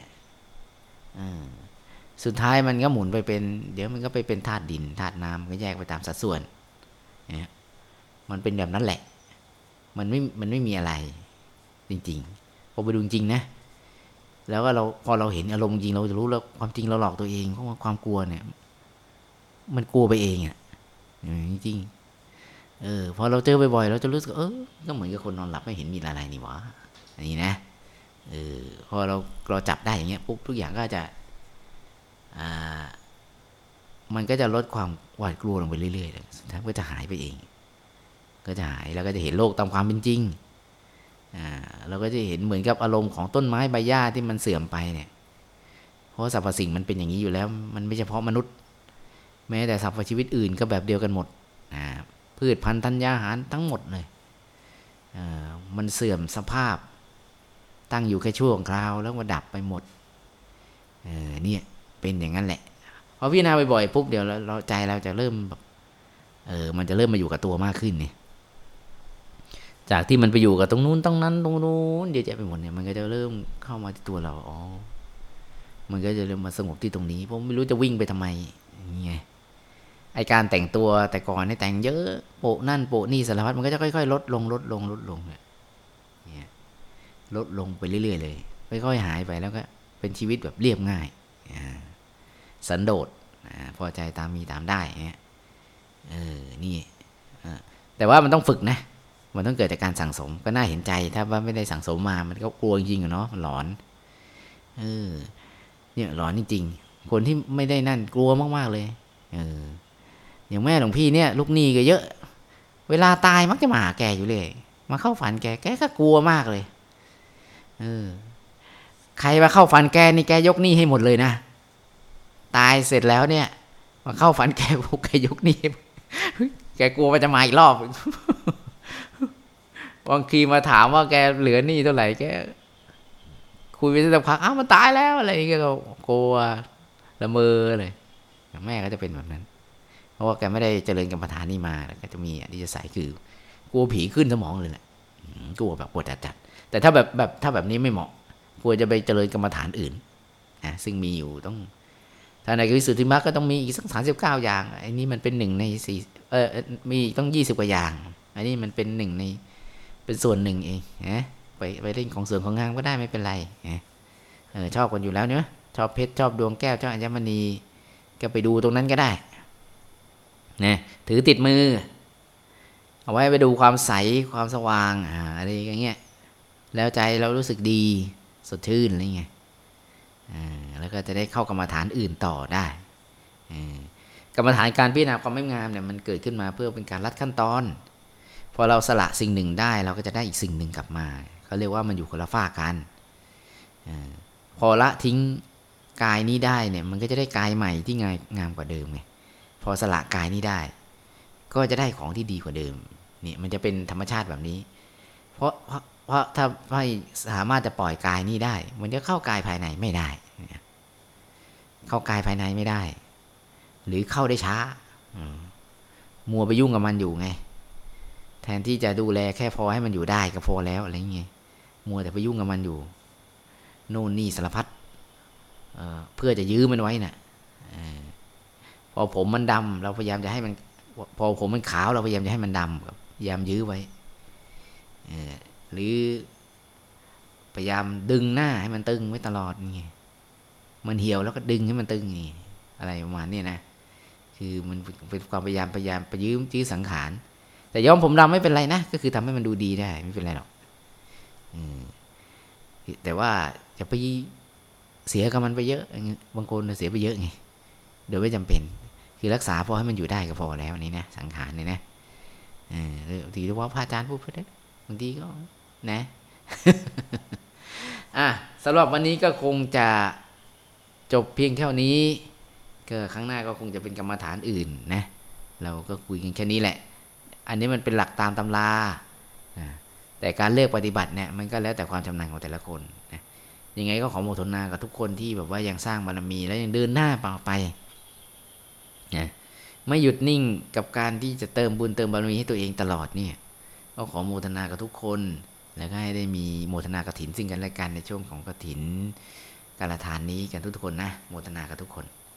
สุดท้ายมันก็หมุนไปเป็นเดี๋ยวมันก็ไปเป็นธาตุดินธาตุน้ำก็แยกไปตามสัดส่วนเนี่ยมันเป็นแบบนั้นแหละมันไม่มันไม่มีอะไรจริงๆพอไปดูจริงนะแล้วก็เราพอเราเห็นอารมณ์จริงเราจะรู้แล้วความจริงเราหลอกตัวเองเพราะว่าความกลัวเนี่ยมันกลัวไปเองอ่ะจริงๆเออพอเราเจอบ่อยๆเราจะรู้สึกเออก็เหมือนกับคนนอนหลับไม่เห็นมีอะไรนี่หวะอย่างนี้นะเออพอเราเราจับได้อย่างเงี้ยปุ๊บทุกอย่างก็จะอ่ามันก็จะลดความหวาดกลัวลงไปเรื่อยๆสุดท้ายก็จะหายไปเองก็จะหายแล้วก็จะเห็นโลกตามความเป็นจริงอ่าเราก็จะเห็นเหมือนกับอารมณ์ของต้นไม้ใบหญ้าที่มันเสื่อมไปเนี่ยเพราะสรรพสิ่งมันเป็นอย่างนี้อยู่แล้วมันไม่เฉพาะมนุษย์แม้แต่สรรพชีวิตอื่นก็แบบเดียวกันหมดอ่าพืชพันธุ์ธัญญาหารทั้งหมดเลยอ่ามันเสื่อมสภาพตั้งอยู่แค่ชั่วคราวแล้วมาดับไปหมดเออเนี่ยเป็นอย่างนั้นแหละพอพิจารณาบ่อยๆปุ๊บเดี๋ยวเราใจเราจะเริ่มแบบเออมันจะเริ่มมาอยู่กับตัวมากขึ้นเนี่ยจากที่มันไปอยู่กับตรงนู้นตรงนั้นตรงนู้นเดี๋ยวจะไปหมดเนี่ยมันก็จะเริ่มเข้ามาที่ตัวเราอ๋อมันก็จะเริ่มมาสงบที่ตรงนี้ผมไม่รู้จะวิ่งไปทำไมนี่ไงไอการแต่งตัวแต่ก่อนเนี่ยแต่งเยอะโปะนั่นโปะนี่สารพัดมันก็จะค่อยๆลดลงลดลงลดลงเนี่ยลดลงไปเรื่อยๆเลยค่อยๆหายไปแล้วก็เป็นชีวิตแบบเรียบง่ายสันโดษพอใจตามมีตามได้เนี่ยเออนี่แต่ว่ามันต้องฝึกนะมันต้องเกิดจากการสั่งสมก็น่าเห็นใจถ้าว่าไม่ได้สั่งสมมามันก็กลัวจริงๆเนาะมันหลอนเออเนี่ยหลอนจริงๆคนที่ไม่ได้นั่นกลัวมากๆเลยเอออย่างแม่หลวงพี่เนี่ยลูกหนี้ก็เยอะเวลาตายมักจะมาหาแกอยู่เลยมาเข้าฝันแกแกก็กลัวมากเลยเออใครมาเข้าฝันแกนี่แกยกหนี้ให้หมดเลยนะตายเสร็จแล้วเนี่ยมาเข้าฝันแกพวกแกยกหนี้แกกลัวว่าจะมาอีกรอบบางทีมาถามว่าแกเหลือหนี้เท่าไหร่แกคุยไปสักพักอ้าวมันตายแล้วอะไรอย่างเงี้ยก็กลัวละเมอเลยแม่ก็จะเป็นแบบนั้นเพราะว่าแกไม่ได้เจริญกรรมฐานนี่มาแล้วก็จะมีอธิสัยคือกลัวผีขึ้นสมองเลยแหละกลัวแบบปวดจัดๆแต่ถ้าแบบแบบถ้าแบบนี้ไม่เหมาะควรจะไปเจริญกรรมฐานอื่นนะซึ่งมีอยู่ต้องถ้าในวิสุทธิมรรคก็ต้องมีอีกสักสามสิบเก้าอย่างไอ้นี่มันเป็นหนึ่งในสี่เออมีต้องยี่สิบกว่าอย่างอันนี้มันเป็นหนึ่งในเป็นส่วนหนึ่งเองนะไปไปเล่นของส่วนของงามก็ได้ไม่เป็นไรนะเออชอบกันอยู่แล้วเนาะชอบเพชรชอบดวงแก้วชอบอัญมณีก็ไปดูตรงนั้นก็ได้นะถือติดมือเอาไว้ไปดูความใสความสว่างอ่าอะไรอย่างเงี้ยแล้วใจเรารู้สึกดีสดชื่นอะไรเงี้ยอ่าแล้วก็จะได้เข้ากรรมฐานอื่นต่อได้อ่ากรรมฐานการพิจารณาความไม่งามเนี่ยมันเกิดขึ้นมาเพื่อเป็นการลัดขั้นตอนพอเราสละสิ่งหนึ่งได้เราก็จะได้อีกสิ่งหนึ่งกลับมาเขาเรียกว่ามันอยู่คนละฝ้ากันอ่าพอละทิ้งกายนี้ได้เนี่ยมันก็จะได้กายใหม่ที่งามงามกว่าเดิมไงพอสละกายนี้ได้ก็จะได้ของที่ดีกว่าเดิมเนี่ยมันจะเป็นธรรมชาติแบบนี้เพราะเพราะเพราะถ้าไม่สามารถจะปล่อยกายนี้ได้มันจะเข้ากายภายในไม่ได้เข้ากายภายในไม่ได้หรือเข้าได้ช้ามัวไปยุ่งกับมันอยู่ไงแทนที่จะดูแลแค่พอให้มันอยู่ได้ก็พอแล้วอะไรเงี้ยมัวแต่ไปยุ่งกับมันอยู่โน่นนี่สารพัด เ, เพื่อจะยื้อมันไว้น่ะพอผมมันดำเราพยายามจะให้มันพอผมมันขาวเราพยายามจะให้มันดำพยายามยื้อไว้หรือพยายามดึงหน้าให้มันตึงไว้ตลอดไงมันเหี่ยวแล้วก็ดึงให้มันตึงนี่อะไรประมาณนี้นะคือมันเป็นความพยายามพยายามไปยื้อยื้อสังขารแต่ย้อมผมดำไม่เป็นไรนะก็คือทำให้มันดูดีได้ไม่เป็นไรหรอกแต่ว่าจะไปเสียกับมันไปเยอะบางคนเสียไปเยอะไงโดยไม่จำเป็นคือรักษาพอให้มันอยู่ได้ก็พอแล้วนี่นะสังขารนี่นะบางทีว่าพระอาจารย์พูดไปได้บางทีก็นะอ่ะสำหรับวันนี้ก็คงจะจบเพียงเท่านี้ก็ครั้งหน้าก็คงจะเป็นกรรมฐานอื่นนะเราก็คุยกันแค่นี้แหละอันนี้มันเป็นหลักตามตำราแต่การเลือกปฏิบัติเนี่ยมันก็แล้วแต่ความชำนาญของแต่ละคนนะยังไงก็ขอโมทนากับทุกคนที่แบบว่ายังสร้างบารมีและยังเดินหน้าต่อไปนะไม่หยุดนิ่งกับการที่จะเติมบุญเติมบารมีให้ตัวเองตลอดเนี่ยก็ขอโมทนากับทุกคนแล้วก็ให้ได้มีโมทนากฐินซึ่งกันและกันในช่วงของกฐินการทานนี้กันทุกๆคนนะโมทนากับทุกคน